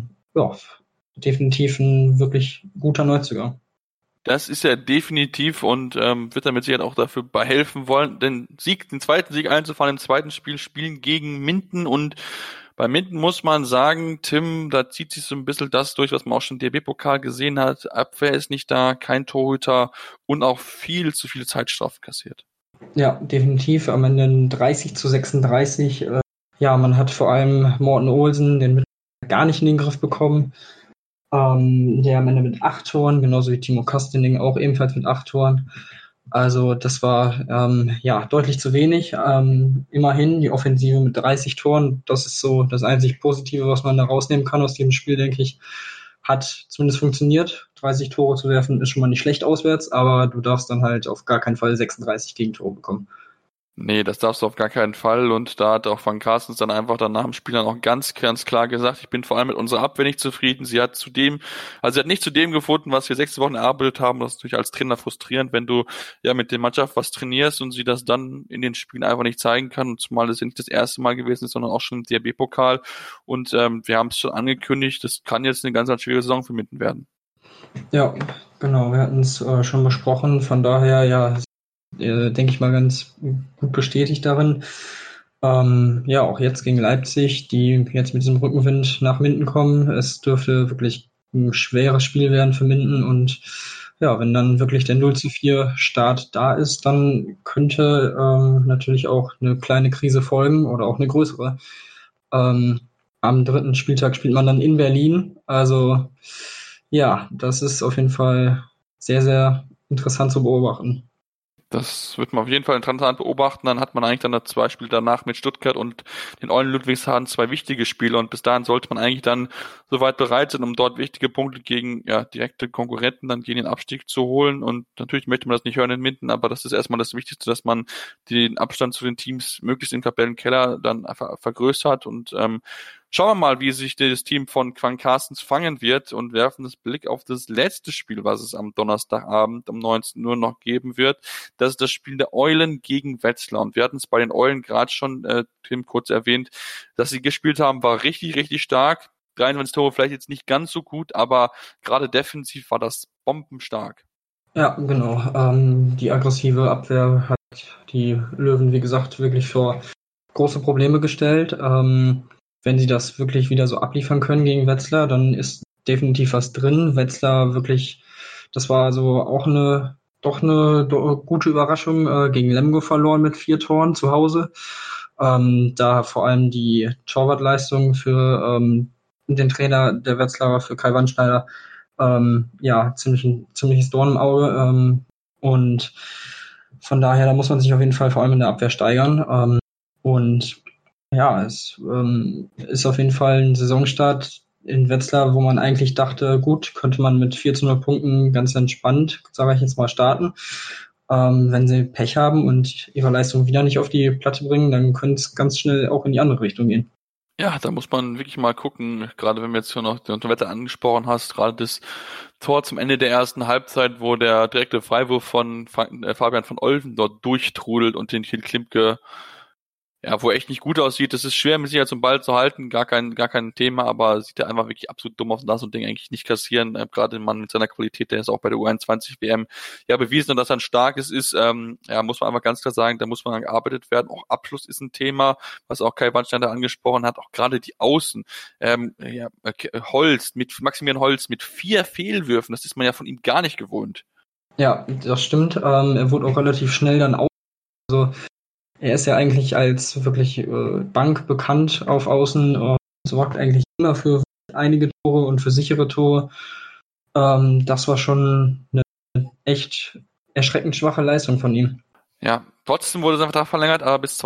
Definitiv ein wirklich guter Neuzugang. Das ist er definitiv und wird damit sicher auch dafür behelfen wollen, den zweiten Sieg einzufahren im zweiten Spielen gegen Minden. Und bei Minden muss man sagen, Tim, da zieht sich so ein bisschen das durch, was man auch schon im DFB-Pokal gesehen hat. Abwehr ist nicht da, kein Torhüter und auch viel zu viele Zeitstrafen kassiert. Ja, definitiv. Am Ende 30-36. Man hat vor allem Morten Olsen den gar nicht in den Griff bekommen. Der am Ende mit 8 Toren, genauso wie Timo Kastening auch ebenfalls mit 8 Toren. Also das war deutlich zu wenig. Immerhin die Offensive mit 30 Toren, das ist so das einzig Positive, was man da rausnehmen kann aus diesem Spiel, denke ich, hat zumindest funktioniert. 30 Tore zu werfen ist schon mal nicht schlecht auswärts, aber du darfst dann halt auf gar keinen Fall 36 Gegentore bekommen. Nee, das darfst du auf gar keinen Fall und da hat auch Van Carstens dann einfach nach dem Spiel dann auch ganz, ganz klar gesagt, ich bin vor allem mit unserer Abwehr nicht zufrieden. Sie hat nicht zu dem gefunden, was wir 6 Wochen erarbeitet haben. Das ist natürlich als Trainer frustrierend, wenn du mit der Mannschaft was trainierst und sie das dann in den Spielen einfach nicht zeigen kann, und zumal das ja nicht das erste Mal gewesen ist, sondern auch schon im DFB-Pokal und wir haben es schon angekündigt, das kann jetzt eine ganz, ganz schwierige Saison für Minden werden. Ja, genau, wir hatten es schon besprochen, von daher denke ich mal, ganz gut bestätigt darin. Auch jetzt gegen Leipzig, die jetzt mit diesem Rückenwind nach Minden kommen. Es dürfte wirklich ein schweres Spiel werden für Minden und wenn dann wirklich der 0-4 Start da ist, dann könnte natürlich auch eine kleine Krise folgen oder auch eine größere. Am 3. Spieltag spielt man dann in Berlin. Also das ist auf jeden Fall sehr, sehr interessant zu beobachten. Das wird man auf jeden Fall interessant beobachten. Dann hat man eigentlich dann das 2 Spiele danach mit Stuttgart und den Eulen Ludwigshafen 2 wichtige Spiele. Und bis dahin sollte man eigentlich dann soweit bereit sein, um dort wichtige Punkte gegen direkte Konkurrenten dann gegen den Abstieg zu holen. Und natürlich möchte man das nicht hören in Minden, aber das ist erstmal das Wichtigste, dass man den Abstand zu den Teams möglichst im Tabellenkeller dann einfach vergrößert. Und schauen wir mal, wie sich das Team von Van Carstens fangen wird und werfen das Blick auf das letzte Spiel, was es am Donnerstagabend um 19 Uhr noch geben wird. Das ist das Spiel der Eulen gegen Wetzlar. Und wir hatten es bei den Eulen gerade schon, Tim, kurz erwähnt, dass sie gespielt haben, war richtig, richtig stark. 23 Tore vielleicht jetzt nicht ganz so gut, aber gerade defensiv war das bombenstark. Ja, genau. Die aggressive Abwehr hat die Löwen, wie gesagt, wirklich vor große Probleme gestellt. Wenn sie das wirklich wieder so abliefern können gegen Wetzlar, dann ist definitiv was drin. Wetzlar wirklich, das war also auch eine gute Überraschung, gegen Lemgo verloren mit 4 Toren zu Hause. Da vor allem die Torwartleistung für den Trainer der Wetzlarer, für Kai Wandschneider, ziemliches Dorn im Auge. Und von daher, da muss man sich auf jeden Fall vor allem in der Abwehr steigern. Es ist auf jeden Fall ein Saisonstart in Wetzlar, wo man eigentlich dachte, gut, könnte man mit 14 Punkten ganz entspannt, sage ich jetzt mal, starten. Wenn sie Pech haben und ihre Leistung wieder nicht auf die Platte bringen, dann könnte es ganz schnell auch in die andere Richtung gehen. Ja, da muss man wirklich mal gucken, gerade wenn wir jetzt hier noch den Wetter angesprochen hast, gerade das Tor zum Ende der ersten Halbzeit, wo der direkte Freiwurf von Fabian von Olven dort durchtrudelt und den Kiel Klimke, wo echt nicht gut aussieht. Das ist schwer, mit Sicherheit zum Ball zu halten, gar kein Thema, aber sieht ja einfach wirklich absolut dumm aus und das und Ding eigentlich nicht kassieren. Gerade Mann mit seiner Qualität, der ist auch bei der U21 WM bewiesen und dass er ein starkes ist, muss man einfach ganz klar sagen, da muss man gearbeitet werden. Auch Abschluss ist ein Thema, was auch Kai Wandschneider angesprochen hat, auch gerade die Außen. Maximilian Holz mit 4 Fehlwürfen, das ist man ja von ihm gar nicht gewohnt. Ja, das stimmt. Er wurde auch relativ schnell dann er ist ja eigentlich als wirklich Bank bekannt auf Außen, sorgt eigentlich immer für einige Tore und für sichere Tore. Das war schon eine echt erschreckend schwache Leistung von ihm. Ja, trotzdem wurde sein Vertrag verlängert, aber bis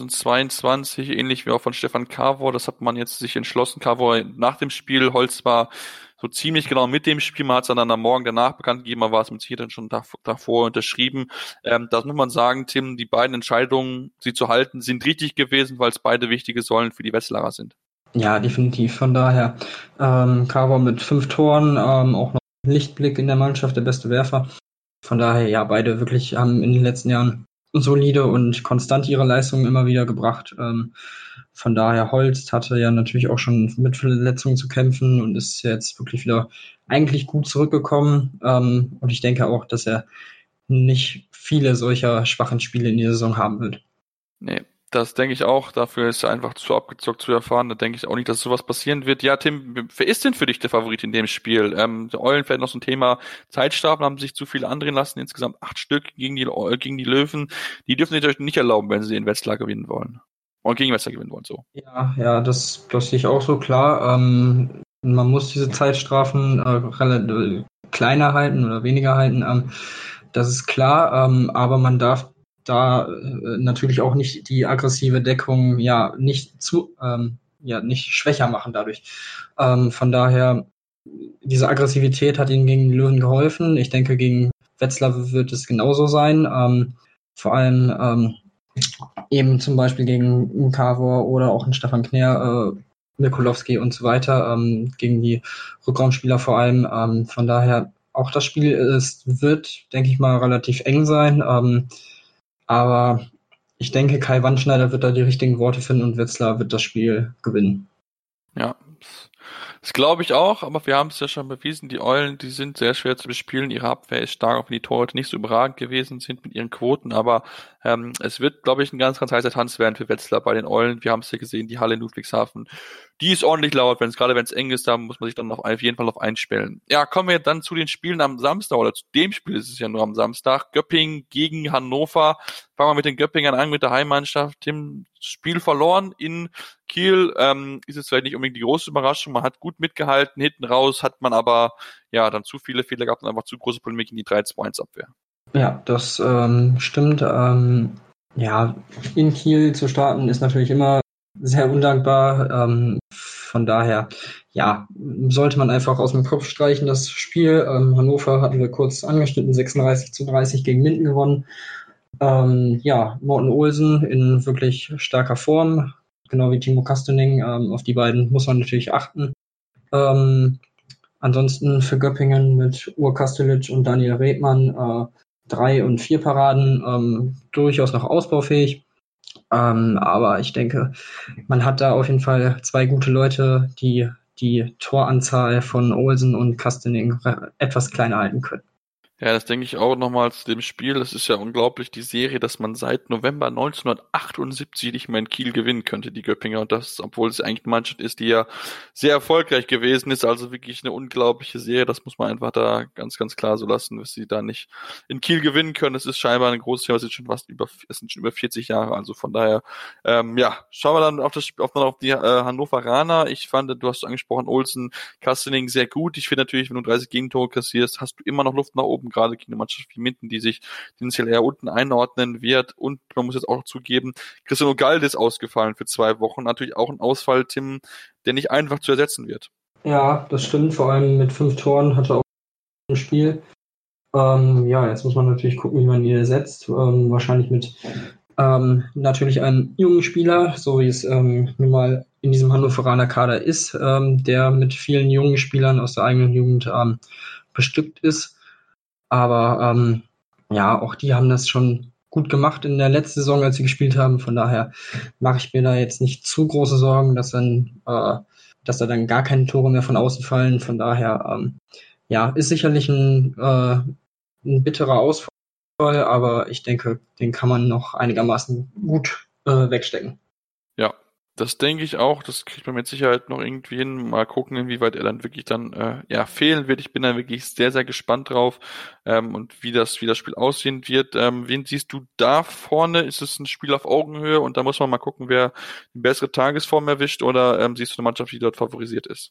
2022, ähnlich wie auch von Stefan Cavor. Das hat man jetzt sich entschlossen. Cavor nach dem Spiel, Holz war so ziemlich genau mit dem Spiel. Man hat es dann am Morgen danach bekannt gegeben, man war es mit Sicherheit schon davor unterschrieben. Das muss man sagen, Tim, die beiden Entscheidungen, sie zu halten, sind richtig gewesen, weil es beide wichtige Säulen für die Wetzlarer sind. Ja, definitiv. Von daher, Cavor mit 5 Toren, auch noch ein Lichtblick in der Mannschaft, der beste Werfer. Von daher, beide wirklich haben in den letzten Jahren solide und konstant ihre Leistungen immer wieder gebracht. Von daher, Holst hatte ja natürlich auch schon mit Verletzungen zu kämpfen und ist jetzt wirklich wieder eigentlich gut zurückgekommen. Und ich denke auch, dass er nicht viele solcher schwachen Spiele in der Saison haben wird. Nee, das denke ich auch. Dafür ist er einfach zu abgezockt, zu erfahren. Da denke ich auch nicht, dass sowas passieren wird. Ja, Tim, wer ist denn für dich der Favorit in dem Spiel? Die Eulen vielleicht noch so ein Thema Zeitstrafen, haben sich zu viele andrehen lassen. Insgesamt 8 Stück gegen die Löwen. Die dürfen sich natürlich nicht erlauben, wenn sie in Wetzlar gewinnen wollen. Und gegen Wetzlar gewinnen wollen, so. Ja, das sehe ich auch so, klar. Man muss diese Zeitstrafen relativ kleiner halten oder weniger halten. Das ist klar, aber man darf da natürlich auch nicht die aggressive Deckung nicht schwächer machen dadurch. Von daher, diese Aggressivität hat ihnen gegen die Löwen geholfen. Ich denke, gegen Wetzlar wird es genauso sein. Vor allem eben zum Beispiel gegen Cavor oder auch einen Stefan Knär, Mikulowski und so weiter, gegen die Rückraumspieler vor allem. Von daher, auch das Spiel wird, denke ich mal, relativ eng sein. Aber ich denke, Kai Wandschneider wird da die richtigen Worte finden und Wetzlar wird das Spiel gewinnen. Ja, das glaube ich auch, aber wir haben es ja schon bewiesen, die Eulen, die sind sehr schwer zu bespielen, ihre Abwehr ist stark, auch wenn die Torhüter nicht so überragend gewesen sind mit ihren Quoten, aber es wird, glaube ich, ein ganz, ganz heißer Tanz werden für Wetzlar bei den Eulen. Wir haben es ja gesehen, die Halle in Ludwigshafen, die ist ordentlich laut, gerade wenn es eng ist, da muss man sich dann auf jeden Fall auf einstellen. Ja, kommen wir dann zu den Spielen am Samstag, oder zu dem Spiel ist es ja nur am Samstag, Göppingen gegen Hannover. Fangen wir mit den Göppingern an, mit der Heimmannschaft. Tim, Spiel verloren in Kiel, ist jetzt vielleicht nicht unbedingt die große Überraschung, man hat gut mitgehalten, hinten raus hat man aber dann zu viele Fehler gehabt und einfach zu große Polemik in die 3-2-1-Abwehr. Ja, das stimmt. In Kiel zu starten ist natürlich immer sehr undankbar. Von daher, sollte man einfach aus dem Kopf streichen, das Spiel. Hannover hatten wir kurz angeschnitten, 36-30 gegen Minden gewonnen. Morten Olsen in wirklich starker Form, genau wie Timo Kastening. Auf die beiden muss man natürlich achten. Ansonsten für Göppingen mit Ur Kastelic und Daniel Redmann 3 und 4 Paraden durchaus noch ausbaufähig. Aber ich denke, man hat da auf jeden Fall 2 gute Leute, die die Toranzahl von Olsen und Kastening etwas kleiner halten können. Ja, das denke ich auch nochmal zu dem Spiel. Das ist ja unglaublich, die Serie, dass man seit November 1978 nicht mehr in Kiel gewinnen könnte, die Göppinger. Und das, obwohl es eigentlich eine Mannschaft ist, die ja sehr erfolgreich gewesen ist. Also wirklich eine unglaubliche Serie. Das muss man einfach da ganz, ganz klar so lassen, dass sie da nicht in Kiel gewinnen können. Das ist scheinbar ein großes Thema. Es sind schon über 40 Jahre. Also von daher, schauen wir dann auf die Hannoveraner. Ich fand, du hast angesprochen, Olsen, Kastening sehr gut. Ich finde natürlich, wenn du 30 Gegentore kassierst, hast du immer noch Luft nach oben, gerade gegen eine Mannschaft wie Minden, die sich tendenziell eher unten einordnen wird. Und man muss jetzt auch zugeben, Cristiano Ugalde ist ausgefallen für 2 Wochen. Natürlich auch ein Ausfall, Tim, der nicht einfach zu ersetzen wird. Ja, das stimmt. Vor allem mit 5 Toren hat er auch im Spiel. Jetzt muss man natürlich gucken, wie man ihn ersetzt. Wahrscheinlich mit natürlich einem jungen Spieler, so wie es nun mal in diesem Hannoveraner Kader ist, der mit vielen jungen Spielern aus der eigenen Jugend bestückt ist. Aber auch die haben das schon gut gemacht in der letzten Saison, als sie gespielt haben. Von daher mache ich mir da jetzt nicht zu große Sorgen, dass da dann gar keine Tore mehr von außen fallen. Von daher ist sicherlich ein bitterer Ausfall, aber ich denke, den kann man noch einigermaßen gut wegstecken. Ja, das denke ich auch. Das kriegt man mit Sicherheit noch irgendwie hin. Mal gucken, inwieweit er dann wirklich dann fehlen wird. Ich bin da wirklich sehr, sehr gespannt drauf und wie das Spiel aussehen wird. Wen siehst du da vorne? Ist es ein Spiel auf Augenhöhe und da muss man mal gucken, wer die bessere Tagesform erwischt, oder siehst du eine Mannschaft, die dort favorisiert ist?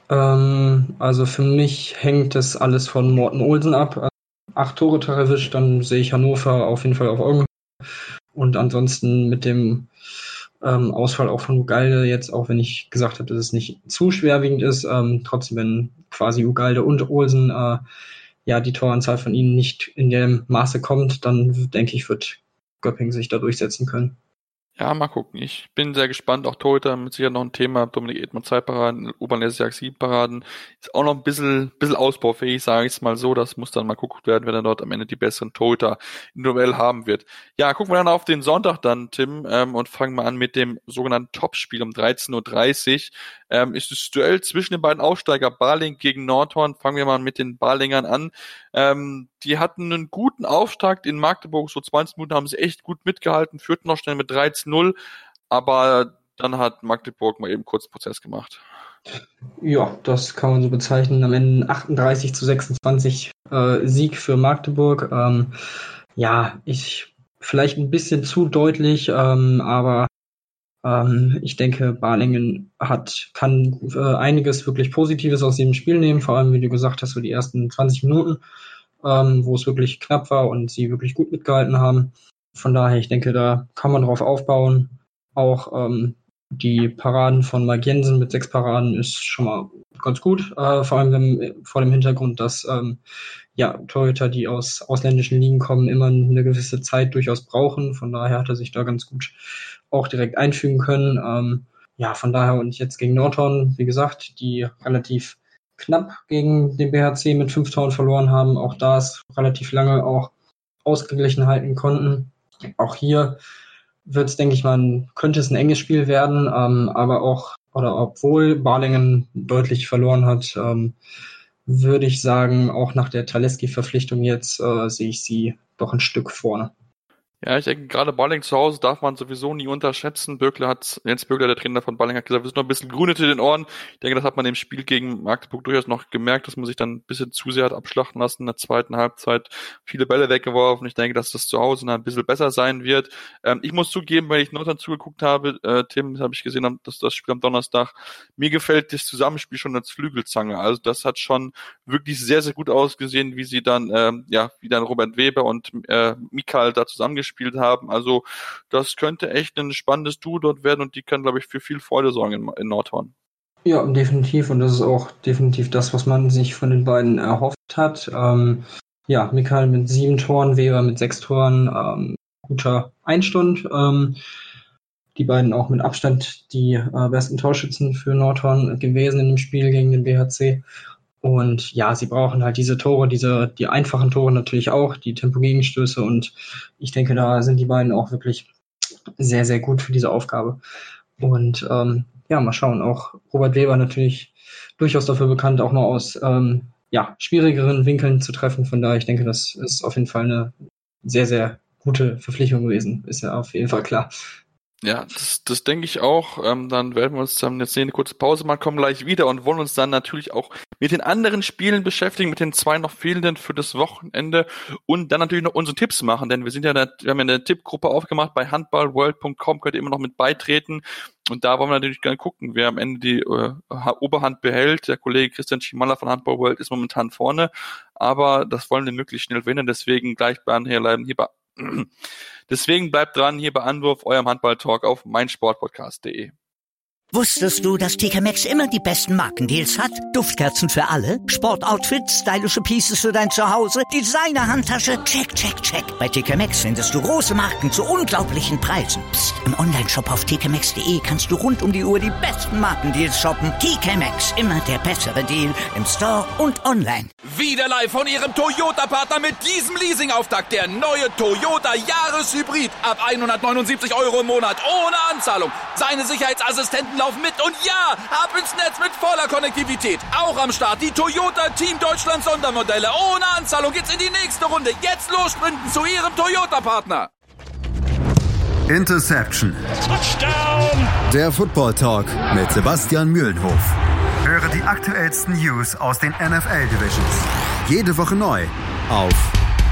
Also für mich hängt das alles von Morten Olsen ab. 8 Tore erwischt, dann sehe ich Hannover auf jeden Fall auf Augenhöhe. Und ansonsten mit dem Ausfall auch von Ugalde jetzt, auch wenn ich gesagt habe, dass es nicht zu schwerwiegend ist, trotzdem, wenn quasi Ugalde und Olsen die Toranzahl von ihnen nicht in dem Maße kommt, dann denke ich, wird Göppingen sich da durchsetzen können. Ja, mal gucken. Ich bin sehr gespannt. Auch Torhüter mit sicher noch ein Thema. Dominik Edmann 2 Paraden, Urban Lesjak 7 Paraden. Ist auch noch ein bisschen ausbaufähig, sage ich es mal so. Das muss dann mal geguckt werden, wer dann dort am Ende die besseren Torhüter individuell haben wird. Ja, gucken wir dann auf den Sonntag dann, Tim, und fangen mal an mit dem sogenannten Topspiel um 13:30 Uhr. Ist das Duell zwischen den beiden Aufsteiger Baling gegen Nordhorn. Fangen wir mal mit den Balingern an. Die hatten einen guten Auftakt in Magdeburg, so 20 Minuten haben sie echt gut mitgehalten, führten noch schnell mit 13:0, aber dann hat Magdeburg mal eben kurz einen Prozess gemacht. Ja, das kann man so bezeichnen. Am Ende 38:26 Sieg für Magdeburg. Vielleicht ein bisschen zu deutlich, aber ich denke, Balingen kann einiges wirklich Positives aus dem Spiel nehmen, vor allem, wie du gesagt hast, so die ersten 20 Minuten, wo es wirklich knapp war und sie wirklich gut mitgehalten haben. Von daher, ich denke, da kann man drauf aufbauen. Auch die Paraden von Mike Jensen mit 6 Paraden ist schon mal ganz gut, vor allem vor dem Hintergrund, dass Torhüter, die aus ausländischen Ligen kommen, immer eine gewisse Zeit durchaus brauchen. Von daher hat er sich da ganz gut auch direkt einfügen können. Von daher, und jetzt gegen Nordhorn, wie gesagt, die relativ knapp gegen den BHC mit 5 Toren verloren haben, auch da es relativ lange auch ausgeglichen halten konnten. Auch hier könnte es ein enges Spiel werden, obwohl Balingen deutlich verloren hat, würde ich sagen, auch nach der Taleski-Verpflichtung jetzt sehe ich sie doch ein Stück vorne. Ja, ich denke, gerade Balling zu Hause darf man sowieso nie unterschätzen. Jens Bögler, der Trainer von Balling, hat gesagt, wir sind noch ein bisschen grün hinter den Ohren. Ich denke, das hat man im Spiel gegen Magdeburg durchaus noch gemerkt, dass man sich dann ein bisschen zu sehr hat abschlachten lassen in der zweiten Halbzeit. Viele Bälle weggeworfen. Ich denke, dass das zu Hause noch ein bisschen besser sein wird. Ich muss zugeben, weil ich Nordhorn zugeguckt habe, Tim, habe ich gesehen, dass das Spiel am Donnerstag, mir gefällt das Zusammenspiel schon als Flügelzange. Also das hat schon wirklich sehr, sehr gut ausgesehen, wie sie dann, wie dann Robert Weber und Mikael da zusammengespielt haben. Also das könnte echt ein spannendes Duo dort werden und die können, glaube ich, für viel Freude sorgen in Nordhorn. Ja, definitiv, und das ist auch definitiv das, was man sich von den beiden erhofft hat. Mikael mit 7 Toren, Weber mit 6 Toren, guter Einstand. Die beiden auch mit Abstand die besten Torschützen für Nordhorn gewesen in dem Spiel gegen den BHC. Und ja, sie brauchen halt diese Tore, die einfachen Tore natürlich auch, die Tempogegenstöße, und ich denke, da sind die beiden auch wirklich sehr, sehr gut für diese Aufgabe. Und mal schauen, auch Robert Weber natürlich durchaus dafür bekannt, auch mal aus schwierigeren Winkeln zu treffen. Von daher, ich denke, das ist auf jeden Fall eine sehr, sehr gute Verpflichtung gewesen. Ist ja auf jeden Fall klar. Ja, das denke ich auch. Dann werden wir uns dann jetzt eine kurze Pause machen, kommen gleich wieder und wollen uns dann natürlich auch mit den anderen Spielen beschäftigen, mit den 2 noch fehlenden für das Wochenende und dann natürlich noch unsere Tipps machen, denn wir haben ja eine Tippgruppe aufgemacht bei handballworld.com, könnt ihr immer noch mit beitreten und da wollen wir natürlich gerne gucken, wer am Ende die Oberhand behält. Der Kollege Christian Schimalla von Handball World ist momentan vorne, aber das wollen wir möglichst schnell gewinnen, deswegen gleich Deswegen bleibt dran hier bei Anwurf, eurem Handball-Talk auf meinsportpodcast.de. Wusstest du, dass TK Maxx immer die besten Markendeals hat? Duftkerzen für alle, Sportoutfits, stylische Pieces für dein Zuhause, Designer-Handtasche, check, check, check. Bei TK Maxx findest du große Marken zu unglaublichen Preisen. Psst. Im Onlineshop auf tkmaxx.de kannst du rund um die Uhr die besten Markendeals shoppen. TK Maxx, immer der bessere Deal im Store und online. Wieder live von Ihrem Toyota-Partner mit diesem Leasing-Auftakt. Der neue Toyota Jahreshybrid. Ab 179 € im Monat ohne Anzahlung. Seine Sicherheitsassistenten laufen mit und ja, ab ins Netz mit voller Konnektivität. Auch am Start die Toyota Team Deutschland Sondermodelle. Ohne Anzahlung geht's in die nächste Runde. Jetzt los sprinten zu Ihrem Toyota-Partner. Interception. Touchdown. Der Football Talk mit Sebastian Mühlenhof. Höre die aktuellsten News aus den NFL Divisions. Jede Woche neu auf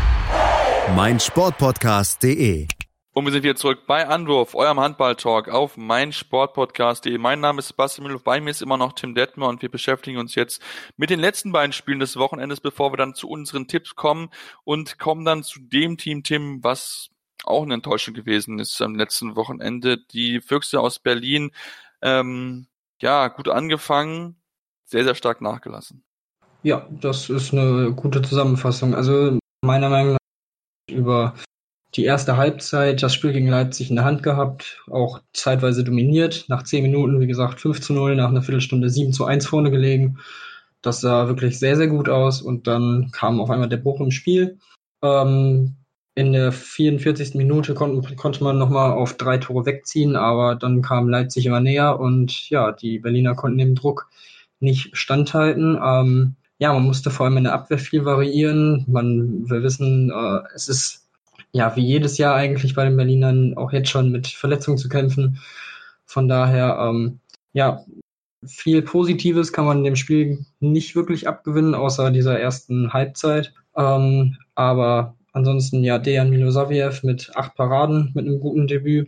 meinsportpodcast.de. Und wir sind wieder zurück bei Anwurf, eurem Handball-Talk auf meinsportpodcast.de. Mein Name ist Sebastian Mühlenhof, bei mir ist immer noch Tim Detmer und wir beschäftigen uns jetzt mit den letzten beiden Spielen des Wochenendes, bevor wir dann zu unseren Tipps kommen und kommen dann zu dem Team, Tim, was auch eine Enttäuschung gewesen ist am letzten Wochenende. Die Füchse aus Berlin, gut angefangen, sehr, sehr stark nachgelassen. Ja, das ist eine gute Zusammenfassung. Also meiner Meinung nach über die erste Halbzeit das Spiel gegen Leipzig in der Hand gehabt, auch zeitweise dominiert. Nach 10 Minuten, wie gesagt, 5-0, nach einer Viertelstunde 7-1 vorne gelegen. Das sah wirklich sehr, sehr gut aus und dann kam auf einmal der Bruch im Spiel. In der 44. Minute konnte man nochmal auf 3 Tore wegziehen, aber dann kam Leipzig immer näher und ja, die Berliner konnten dem Druck nicht standhalten. Man musste vor allem in der Abwehr viel variieren. Wir wissen, es ist wie jedes Jahr eigentlich bei den Berlinern auch jetzt schon mit Verletzungen zu kämpfen. Von daher, viel Positives kann man in dem Spiel nicht wirklich abgewinnen, außer dieser ersten Halbzeit. Aber ansonsten, Dejan Milosavljev mit 8 Paraden, mit einem guten Debüt.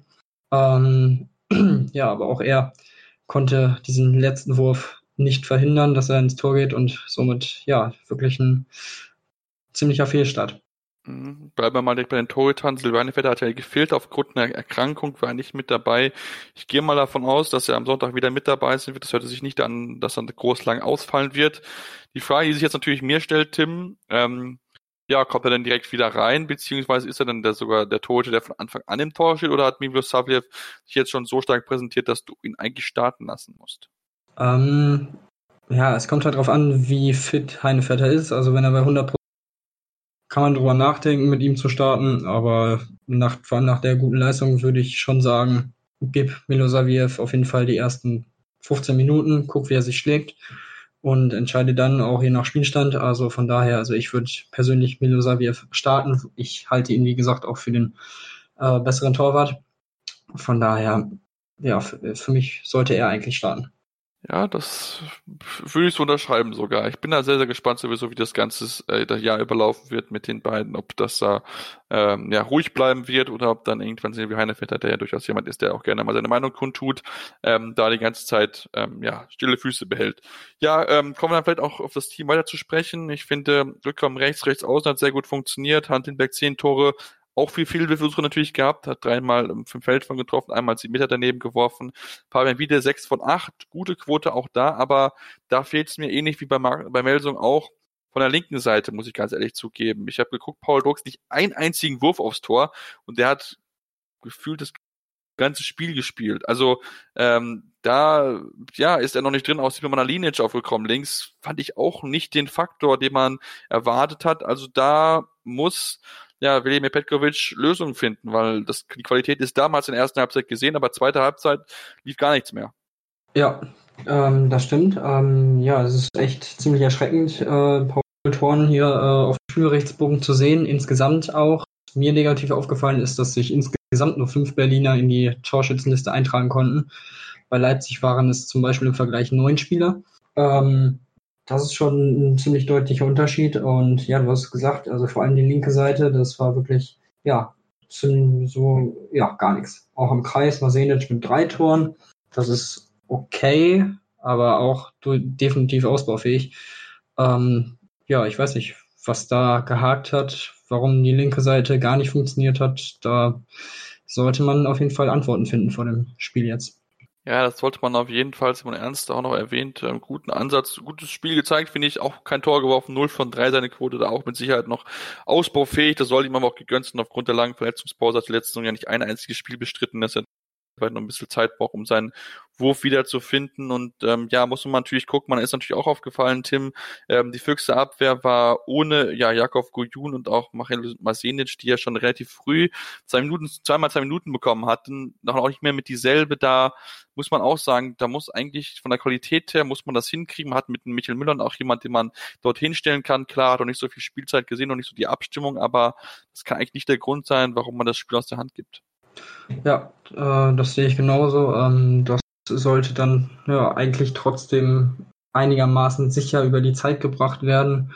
Aber auch er konnte diesen letzten Wurf nicht verhindern, dass er ins Tor geht und somit, wirklich ein ziemlicher Fehlstart. Bleiben wir mal direkt bei den Torhütern. Silvane Vetter hat ja gefehlt aufgrund einer Erkrankung, war nicht mit dabei. Ich gehe mal davon aus, dass er am Sonntag wieder mit dabei sein wird. Das hört sich nicht an, dass er groß lang ausfallen wird. Die Frage, die sich jetzt natürlich mir stellt, Tim, kommt er denn direkt wieder rein, beziehungsweise ist er dann sogar der Torhüter, der von Anfang an im Tor steht, oder hat Milosavljev sich jetzt schon so stark präsentiert, dass du ihn eigentlich starten lassen musst? Es kommt halt drauf an, wie fit Heine Vetter ist. Also wenn er bei 100% kann man drüber nachdenken, mit ihm zu starten, aber vor allem nach der guten Leistung würde ich schon sagen, gib Milosavljev auf jeden Fall die ersten 15 Minuten, guck, wie er sich schlägt und entscheide dann auch je nach Spielstand. Also von daher, ich würde persönlich Milosavljev starten. Ich halte ihn, wie gesagt, auch für den besseren Torwart. Von daher, für mich sollte er eigentlich starten. Ja, das würde ich so unterschreiben sogar. Ich bin da sehr, sehr gespannt sowieso, wie das ganze Jahr überlaufen wird mit den beiden, ob das da ruhig bleiben wird oder ob dann irgendwann sehen wir Heine Vetter, der ja durchaus jemand ist, der auch gerne mal seine Meinung kundtut, da die ganze Zeit stille Füße behält. Kommen wir dann vielleicht auch auf das Team weiter zu sprechen. Ich finde, Rückkommen rechts außen hat sehr gut funktioniert. Hantenberg 10 Tore, auch viel Versuche natürlich gehabt, hat 3-mal 5 Feldfang getroffen, einmal 7 Meter daneben geworfen. Fabian Wiede 6 von 8, gute Quote auch da, aber da fehlt es mir ähnlich wie bei Melsung auch von der linken Seite, muss ich ganz ehrlich zugeben. Ich habe geguckt, Paul Drucks nicht einen einzigen Wurf aufs Tor und der hat gefühlt das ganze Spiel gespielt. Also da ist er noch nicht drin, aus dem Linic aufgekommen. Links fand ich auch nicht den Faktor, den man erwartet hat. Also da muss Velimir Petkovic Lösungen finden, weil die Qualität ist damals in der ersten Halbzeit gesehen, aber zweite Halbzeit lief gar nichts mehr. Ja, das stimmt. Es ist echt ziemlich erschreckend. Paul Toren hier auf dem Spielberichtsbogen zu sehen. Insgesamt auch. Mir negativ aufgefallen ist, dass sich insgesamt nur 5 Berliner in die Torschützenliste eintragen konnten. Bei Leipzig waren es zum Beispiel im Vergleich 9 Spieler. Das ist schon ein ziemlich deutlicher Unterschied. Und ja, du hast gesagt, also vor allem die linke Seite, das war wirklich, gar nichts. Auch im Kreis Masenic mit 3 Toren. Das ist okay, aber auch definitiv ausbaufähig. Ich weiß nicht, was da gehakt hat, warum die linke Seite gar nicht funktioniert hat. Da sollte man auf jeden Fall Antworten finden vor dem Spiel jetzt. Ja, das sollte man auf jeden Fall, Simon Ernst auch noch erwähnt, guten Ansatz, gutes Spiel gezeigt, finde ich, auch kein Tor geworfen, 0 von 3 seine Quote, da auch mit Sicherheit noch ausbaufähig, das sollte ihm aber auch gegönnt sein, aufgrund der langen Verletzungspause hat die letzte Saison ja nicht ein einziges Spiel bestritten, dass er noch ein bisschen Zeit braucht, um seinen Wurf wieder zu finden und muss man natürlich gucken, man ist natürlich auch aufgefallen, Tim, die Füchse Abwehr war ohne Jakov Gojun und auch Michael Masenic, die ja schon relativ früh zweimal 2 Minuten bekommen hatten, noch auch nicht mehr mit dieselbe, da muss man auch sagen, da muss eigentlich von der Qualität her, muss man das hinkriegen, man hat mit Michael Müller auch jemand, den man dort hinstellen kann, klar, hat auch nicht so viel Spielzeit gesehen und nicht so die Abstimmung, aber das kann eigentlich nicht der Grund sein, warum man das Spiel aus der Hand gibt. Ja, das sehe ich genauso. Das sollte dann eigentlich trotzdem einigermaßen sicher über die Zeit gebracht werden.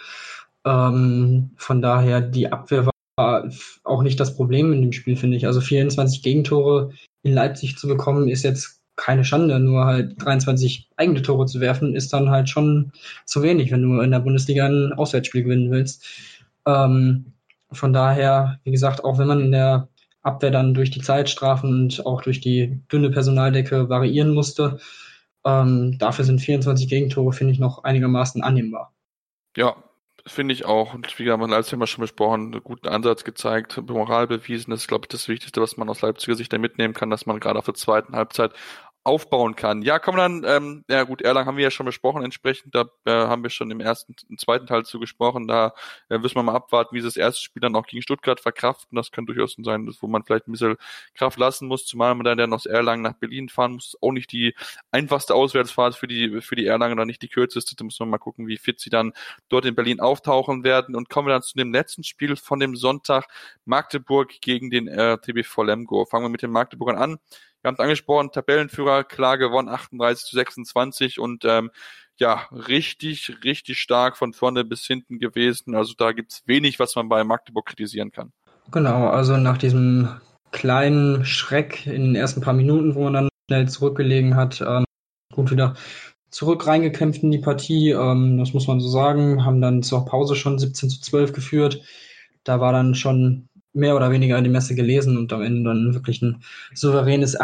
Von daher, die Abwehr war auch nicht das Problem in dem Spiel, finde ich. Also 24 Gegentore in Leipzig zu bekommen, ist jetzt keine Schande. Nur halt 23 eigene Tore zu werfen, ist dann halt schon zu wenig, wenn du in der Bundesliga ein Auswärtsspiel gewinnen willst. Von daher, wie gesagt, auch wenn man in der Abwehr dann durch die Zeitstrafen und auch durch die dünne Personaldecke variieren musste. Dafür sind 24 Gegentore, finde ich, noch einigermaßen annehmbar. Ja, finde ich auch. Und wie gesagt, man als Thema schon besprochen, einen guten Ansatz gezeigt, Moral bewiesen. Das ist, glaube ich, das Wichtigste, was man aus Leipziger Sicht da mitnehmen kann, dass man gerade auf der zweiten Halbzeit aufbauen kann. Ja, kommen dann, Erlangen haben wir ja schon besprochen, entsprechend, da haben wir schon im zweiten Teil zu gesprochen, da müssen wir mal abwarten, wie sie das erste Spiel dann auch gegen Stuttgart verkraften, das kann durchaus sein, wo man vielleicht ein bisschen Kraft lassen muss, zumal man dann aus Erlangen nach Berlin fahren muss, auch nicht die einfachste Auswärtsfahrt für die Erlangen oder nicht die kürzeste, da muss man mal gucken, wie fit sie dann dort in Berlin auftauchen werden und kommen wir dann zu dem letzten Spiel von dem Sonntag, Magdeburg gegen den TBV Lemgo. Fangen wir mit den Magdeburgern an. Wir haben es angesprochen, Tabellenführer, klar gewonnen, 38-26 und richtig, richtig stark von vorne bis hinten gewesen. Also da gibt's wenig, was man bei Magdeburg kritisieren kann. Genau, also nach diesem kleinen Schreck in den ersten paar Minuten, wo man dann schnell zurückgelegen hat, gut wieder zurück reingekämpft in die Partie, das muss man so sagen, haben dann zur Pause schon 17-12 geführt. Da war dann schon mehr oder weniger die Messe gelesen und am Ende dann wirklich ein souveränes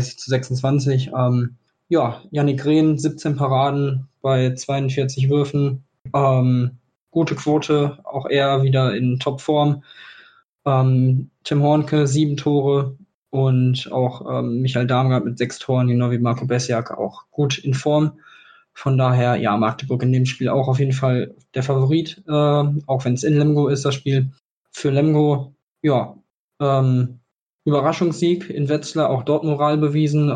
38-26. Yannick Rehn, 17 Paraden bei 42 Würfen. Gute Quote, auch er wieder in Topform. Tim Hornke, 7 Tore und auch Michael Darmgard mit 6 Toren, genau wie Marco Besiak, auch gut in Form. Von daher, Magdeburg in dem Spiel auch auf jeden Fall der Favorit, auch wenn es in Lemgo ist, das Spiel. Für Lemgo, Überraschungssieg in Wetzlar, auch dort Moral bewiesen.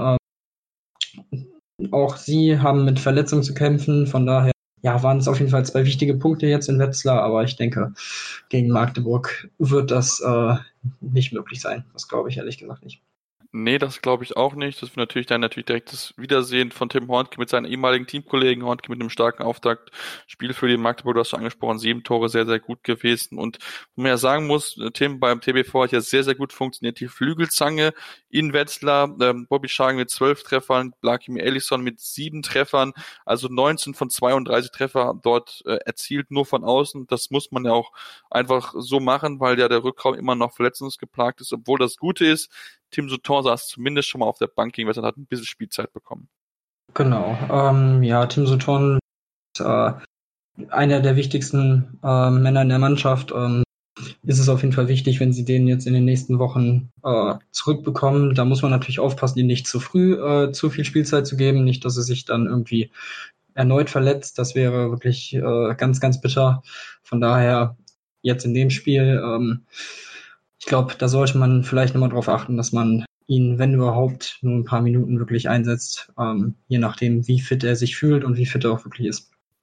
Auch sie haben mit Verletzungen zu kämpfen, von daher waren es auf jeden Fall 2 wichtige Punkte jetzt in Wetzlar, aber ich denke, gegen Magdeburg wird das nicht möglich sein. Das glaube ich ehrlich gesagt nicht. Nee, das glaube ich auch nicht. Das wird natürlich direkt das Wiedersehen von Tim Hornke mit seinen ehemaligen Teamkollegen. Hornke mit einem starken Auftaktspiel für die Magdeburg, du hast schon angesprochen, 7 Tore, sehr, sehr gut gewesen. Und wo man ja sagen muss, Tim beim TBV hat ja sehr, sehr gut funktioniert. Die Flügelzange in Wetzlar, Bobby Schagen mit 12 Treffern, Blakimir Ellison mit 7 Treffern, also 19 von 32 Treffer dort erzielt, nur von außen. Das muss man ja auch einfach so machen, weil ja der Rückraum immer noch verletzungsgeplagt ist, obwohl das Gute ist, Tim Souton saß zumindest schon mal auf der Bank gegen Wetzlar, hat ein bisschen Spielzeit bekommen. Genau, Tim Souton ist einer der wichtigsten Männer in der Mannschaft. Ist es auf jeden Fall wichtig, wenn sie den jetzt in den nächsten Wochen zurückbekommen. Da muss man natürlich aufpassen, ihm nicht zu früh zu viel Spielzeit zu geben, nicht, dass er sich dann irgendwie erneut verletzt. Das wäre wirklich ganz, ganz bitter. Von daher jetzt in dem Spiel ich glaube, da sollte man vielleicht nochmal drauf achten, dass man ihn, wenn überhaupt, nur ein paar Minuten wirklich einsetzt, je nachdem, wie fit er sich fühlt und wie fit er auch wirklich ist.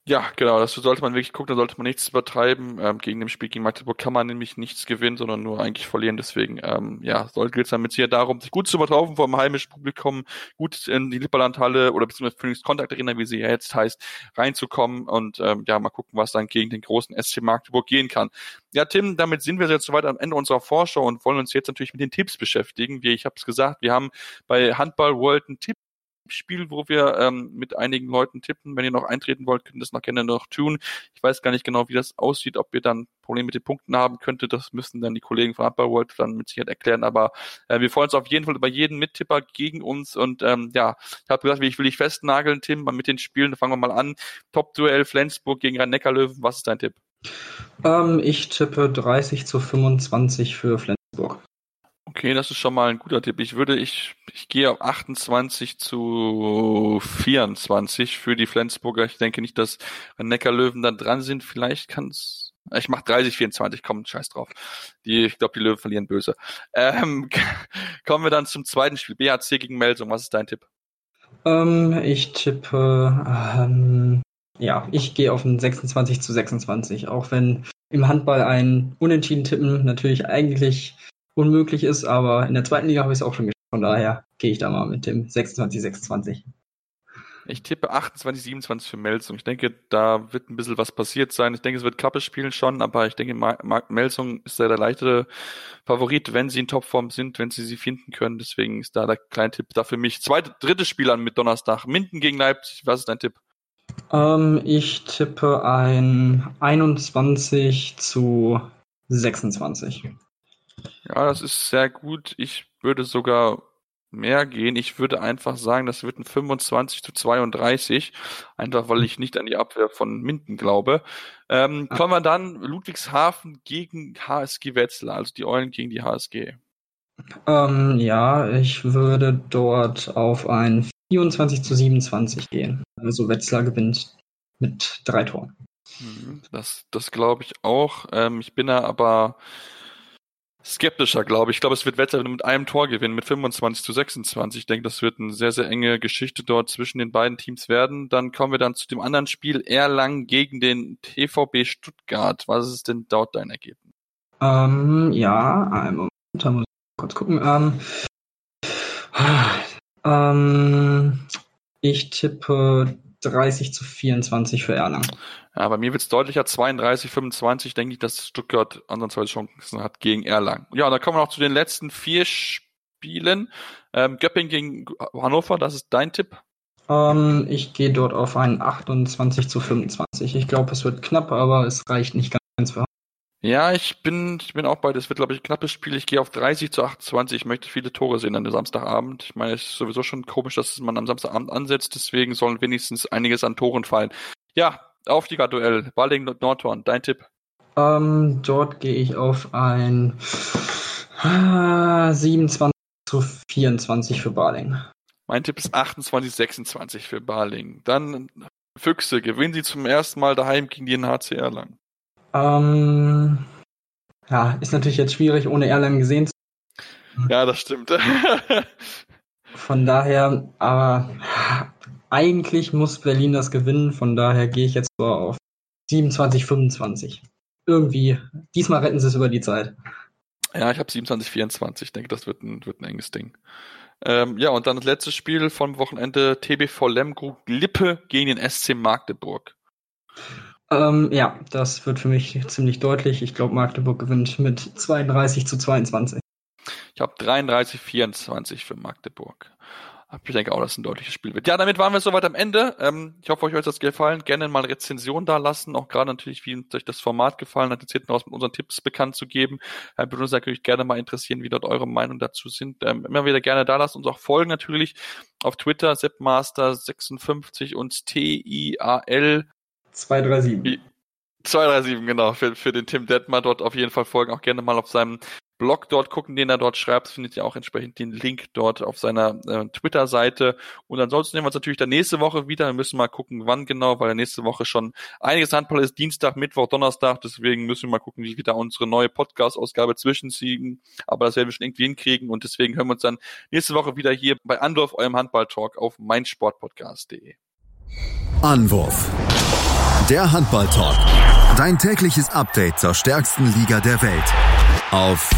Ja, genau, das sollte man wirklich gucken, da sollte man nichts übertreiben. Gegen dem Spiel gegen Magdeburg kann man nämlich nichts gewinnen, sondern nur eigentlich verlieren. Deswegen, gilt es dann mit sicher darum, sich gut zu übertaufen vor dem heimischen Publikum, gut in die Lipperlandhalle oder beziehungsweise Phoenix Contact Arena, wie sie ja jetzt heißt, reinzukommen und mal gucken, was dann gegen den großen SC Magdeburg gehen kann. Ja, Tim, damit sind wir jetzt soweit am Ende unserer Vorschau und wollen uns jetzt natürlich mit den Tipps beschäftigen. Ich habe es gesagt, wir haben bei Handball World einen Tippspiel, wo wir mit einigen Leuten tippen. Wenn ihr noch eintreten wollt, könnt ihr das noch gerne noch tun. Ich weiß gar nicht genau, wie das aussieht, ob ihr dann Probleme mit den Punkten haben könntet. Das müssen dann die Kollegen von Handball World dann mit Sicherheit erklären. Aber wir freuen uns auf jeden Fall über jeden Mittipper gegen uns. Und ich habe gesagt, ich will dich festnageln, Tim, mit den Spielen. Fangen wir mal an. Top-Duell Flensburg gegen Rhein-Neckar-Löwen. Was ist dein Tipp? Ich tippe 30-25 für Flensburg. Okay, das ist schon mal ein guter Tipp. Ich gehe auf 28-24 für die Flensburger. Ich denke nicht, dass Neckar-Löwen dann dran sind. Vielleicht ich mache 30-24, komm, scheiß drauf. Ich glaube, die Löwen verlieren böse. Kommen wir dann zum zweiten Spiel. BHC gegen Melsung. Was ist dein Tipp? Ich tippe, ich gehe auf ein 26-26, auch wenn im Handball ein Unentschieden tippen natürlich eigentlich unmöglich ist, aber in der zweiten Liga habe ich es auch schon geschafft. Von daher gehe ich da mal mit dem 26-26. Ich tippe 28-27 für Melsung. Ich denke, da wird ein bisschen was passiert sein. Ich denke, es wird Kappe spielen schon, aber ich denke, Melsung ist der leichte Favorit, wenn sie in Topform sind, wenn sie finden können. Deswegen ist da der kleine Tipp da für mich. Drittes Spiel an mit Donnerstag. Minden gegen Leipzig. Was ist dein Tipp? Ich tippe ein 21-26. Ja, das ist sehr gut. Ich würde sogar mehr gehen. Ich würde einfach sagen, das wird ein 25-32. Einfach, weil ich nicht an die Abwehr von Minden glaube. Kommen wir dann Ludwigshafen gegen HSG Wetzlar, also die Eulen gegen die HSG. Ich würde dort auf ein 24-27 gehen. Also Wetzlar gewinnt mit 3 Toren. Das glaube ich auch. Ich bin da aber skeptischer, glaube ich. Ich glaube, es wird Wetzlar mit einem Tor gewinnen, mit 25-26. Ich denke, das wird eine sehr, sehr enge Geschichte dort zwischen den beiden Teams werden. Dann kommen wir dann zu dem anderen Spiel, Erlangen gegen den TVB Stuttgart. Was ist denn dort dein Ergebnis? Einen Moment, da muss ich kurz gucken. Ich tippe 30-24 für Erlangen. Ja, bei mir wird es deutlicher, 32-25, denke ich, dass Stuttgart ansatzweise Chancen hat gegen Erlangen. Ja, dann kommen wir noch zu den letzten 4 Spielen. Göppingen gegen Hannover, das ist dein Tipp? Ich gehe dort auf einen 28-25. Ich glaube, es wird knapp, aber es reicht nicht ganz für Hannover. Ja, ich bin auch bei, das wird, glaube ich, ein knappes Spiel. Ich gehe auf 30-28. Ich möchte viele Tore sehen an dem Samstagabend. Ich meine, es ist sowieso schon komisch, dass man am Samstagabend ansetzt. Deswegen sollen wenigstens einiges an Toren fallen. Ja, Aufstiegerduell. Balingen-Nordhorn. Dein Tipp? Dort gehe ich auf ein 27-24 für Balingen. Mein Tipp ist 28-26 für Balingen. Dann Füchse. Gewinnen sie zum ersten Mal daheim gegen den HC Erlangen? Ist natürlich jetzt schwierig, ohne Erlangen gesehen zu haben. Ja, das stimmt. Von daher, aber eigentlich muss Berlin das gewinnen, von daher gehe ich jetzt so auf 27-25. Irgendwie, diesmal retten sie es über die Zeit. Ja, ich habe 27-24. Ich denke, das wird ein enges Ding. Und dann das letzte Spiel vom Wochenende, TBV Lemgo Lippe gegen den SC Magdeburg. Das wird für mich ziemlich deutlich. Ich glaube, Magdeburg gewinnt mit 32-22. Ich habe 33-24 für Magdeburg. Ich denke auch, dass es ein deutliches Spiel wird. Ja, damit waren wir soweit am Ende. Ich hoffe, euch hat das gefallen. Gerne mal Rezension da lassen. Auch gerade natürlich, wie euch das Format gefallen hat, jetzt hinten raus mit unseren Tipps bekannt zu geben. Würde uns natürlich gerne mal interessieren, wie dort eure Meinungen dazu sind. Immer wieder gerne da lassen. Uns auch folgen natürlich auf Twitter, Seppmaster56 und TIAL 237. 237, genau, für den Tim Detmer dort auf jeden Fall folgen. Auch gerne mal auf seinem Blog dort gucken, den er dort schreibt. Findet ihr auch entsprechend den Link dort auf seiner Twitter-Seite. Und ansonsten sehen wir uns natürlich dann nächste Woche wieder. Wir müssen mal gucken, wann genau, weil nächste Woche schon einiges Handball ist. Dienstag, Mittwoch, Donnerstag. Deswegen müssen wir mal gucken, wie wir da unsere neue Podcast-Ausgabe zwischenziehen. Aber das werden wir schon irgendwie hinkriegen. Und deswegen hören wir uns dann nächste Woche wieder hier bei Andorf, eurem Handball-Talk auf meinsportpodcast.de. Anwurf. Der Handball-Talk. Dein tägliches Update zur stärksten Liga der Welt. Auf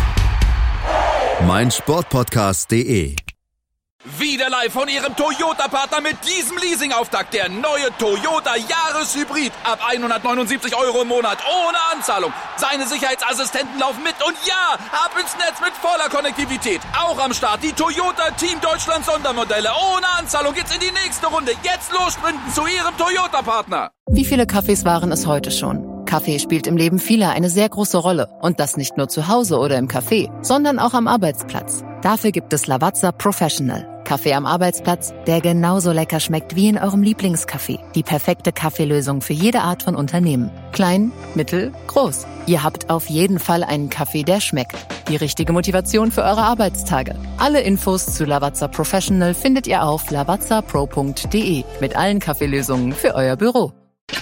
meinsportpodcast.de. Wieder live von Ihrem Toyota-Partner mit diesem Leasing-Auftakt. Der neue Toyota Jahreshybrid. Ab 179 € im Monat. Ohne Anzahlung. Seine Sicherheitsassistenten laufen mit. Und ja, ab ins Netz mit voller Konnektivität. Auch am Start die Toyota Team Deutschland Sondermodelle. Ohne Anzahlung geht's in die nächste Runde. Jetzt los sprinten zu Ihrem Toyota-Partner. Wie viele Kaffees waren es heute schon? Kaffee spielt im Leben vieler eine sehr große Rolle. Und das nicht nur zu Hause oder im Café, sondern auch am Arbeitsplatz. Dafür gibt es Lavazza Professional. Kaffee am Arbeitsplatz, der genauso lecker schmeckt wie in eurem Lieblingscafé. Die perfekte Kaffeelösung für jede Art von Unternehmen. Klein, mittel, groß. Ihr habt auf jeden Fall einen Kaffee, der schmeckt. Die richtige Motivation für eure Arbeitstage. Alle Infos zu Lavazza Professional findet ihr auf lavazzapro.de mit allen Kaffeelösungen für euer Büro.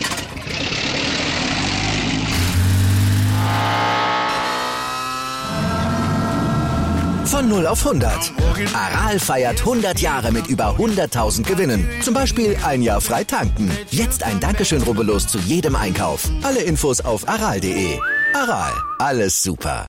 Von 0 auf 100. Aral feiert 100 Jahre mit über 100.000 Gewinnen. Zum Beispiel ein Jahr frei tanken. Jetzt ein Dankeschön, rubbellos zu jedem Einkauf. Alle Infos auf aral.de. Aral, alles super.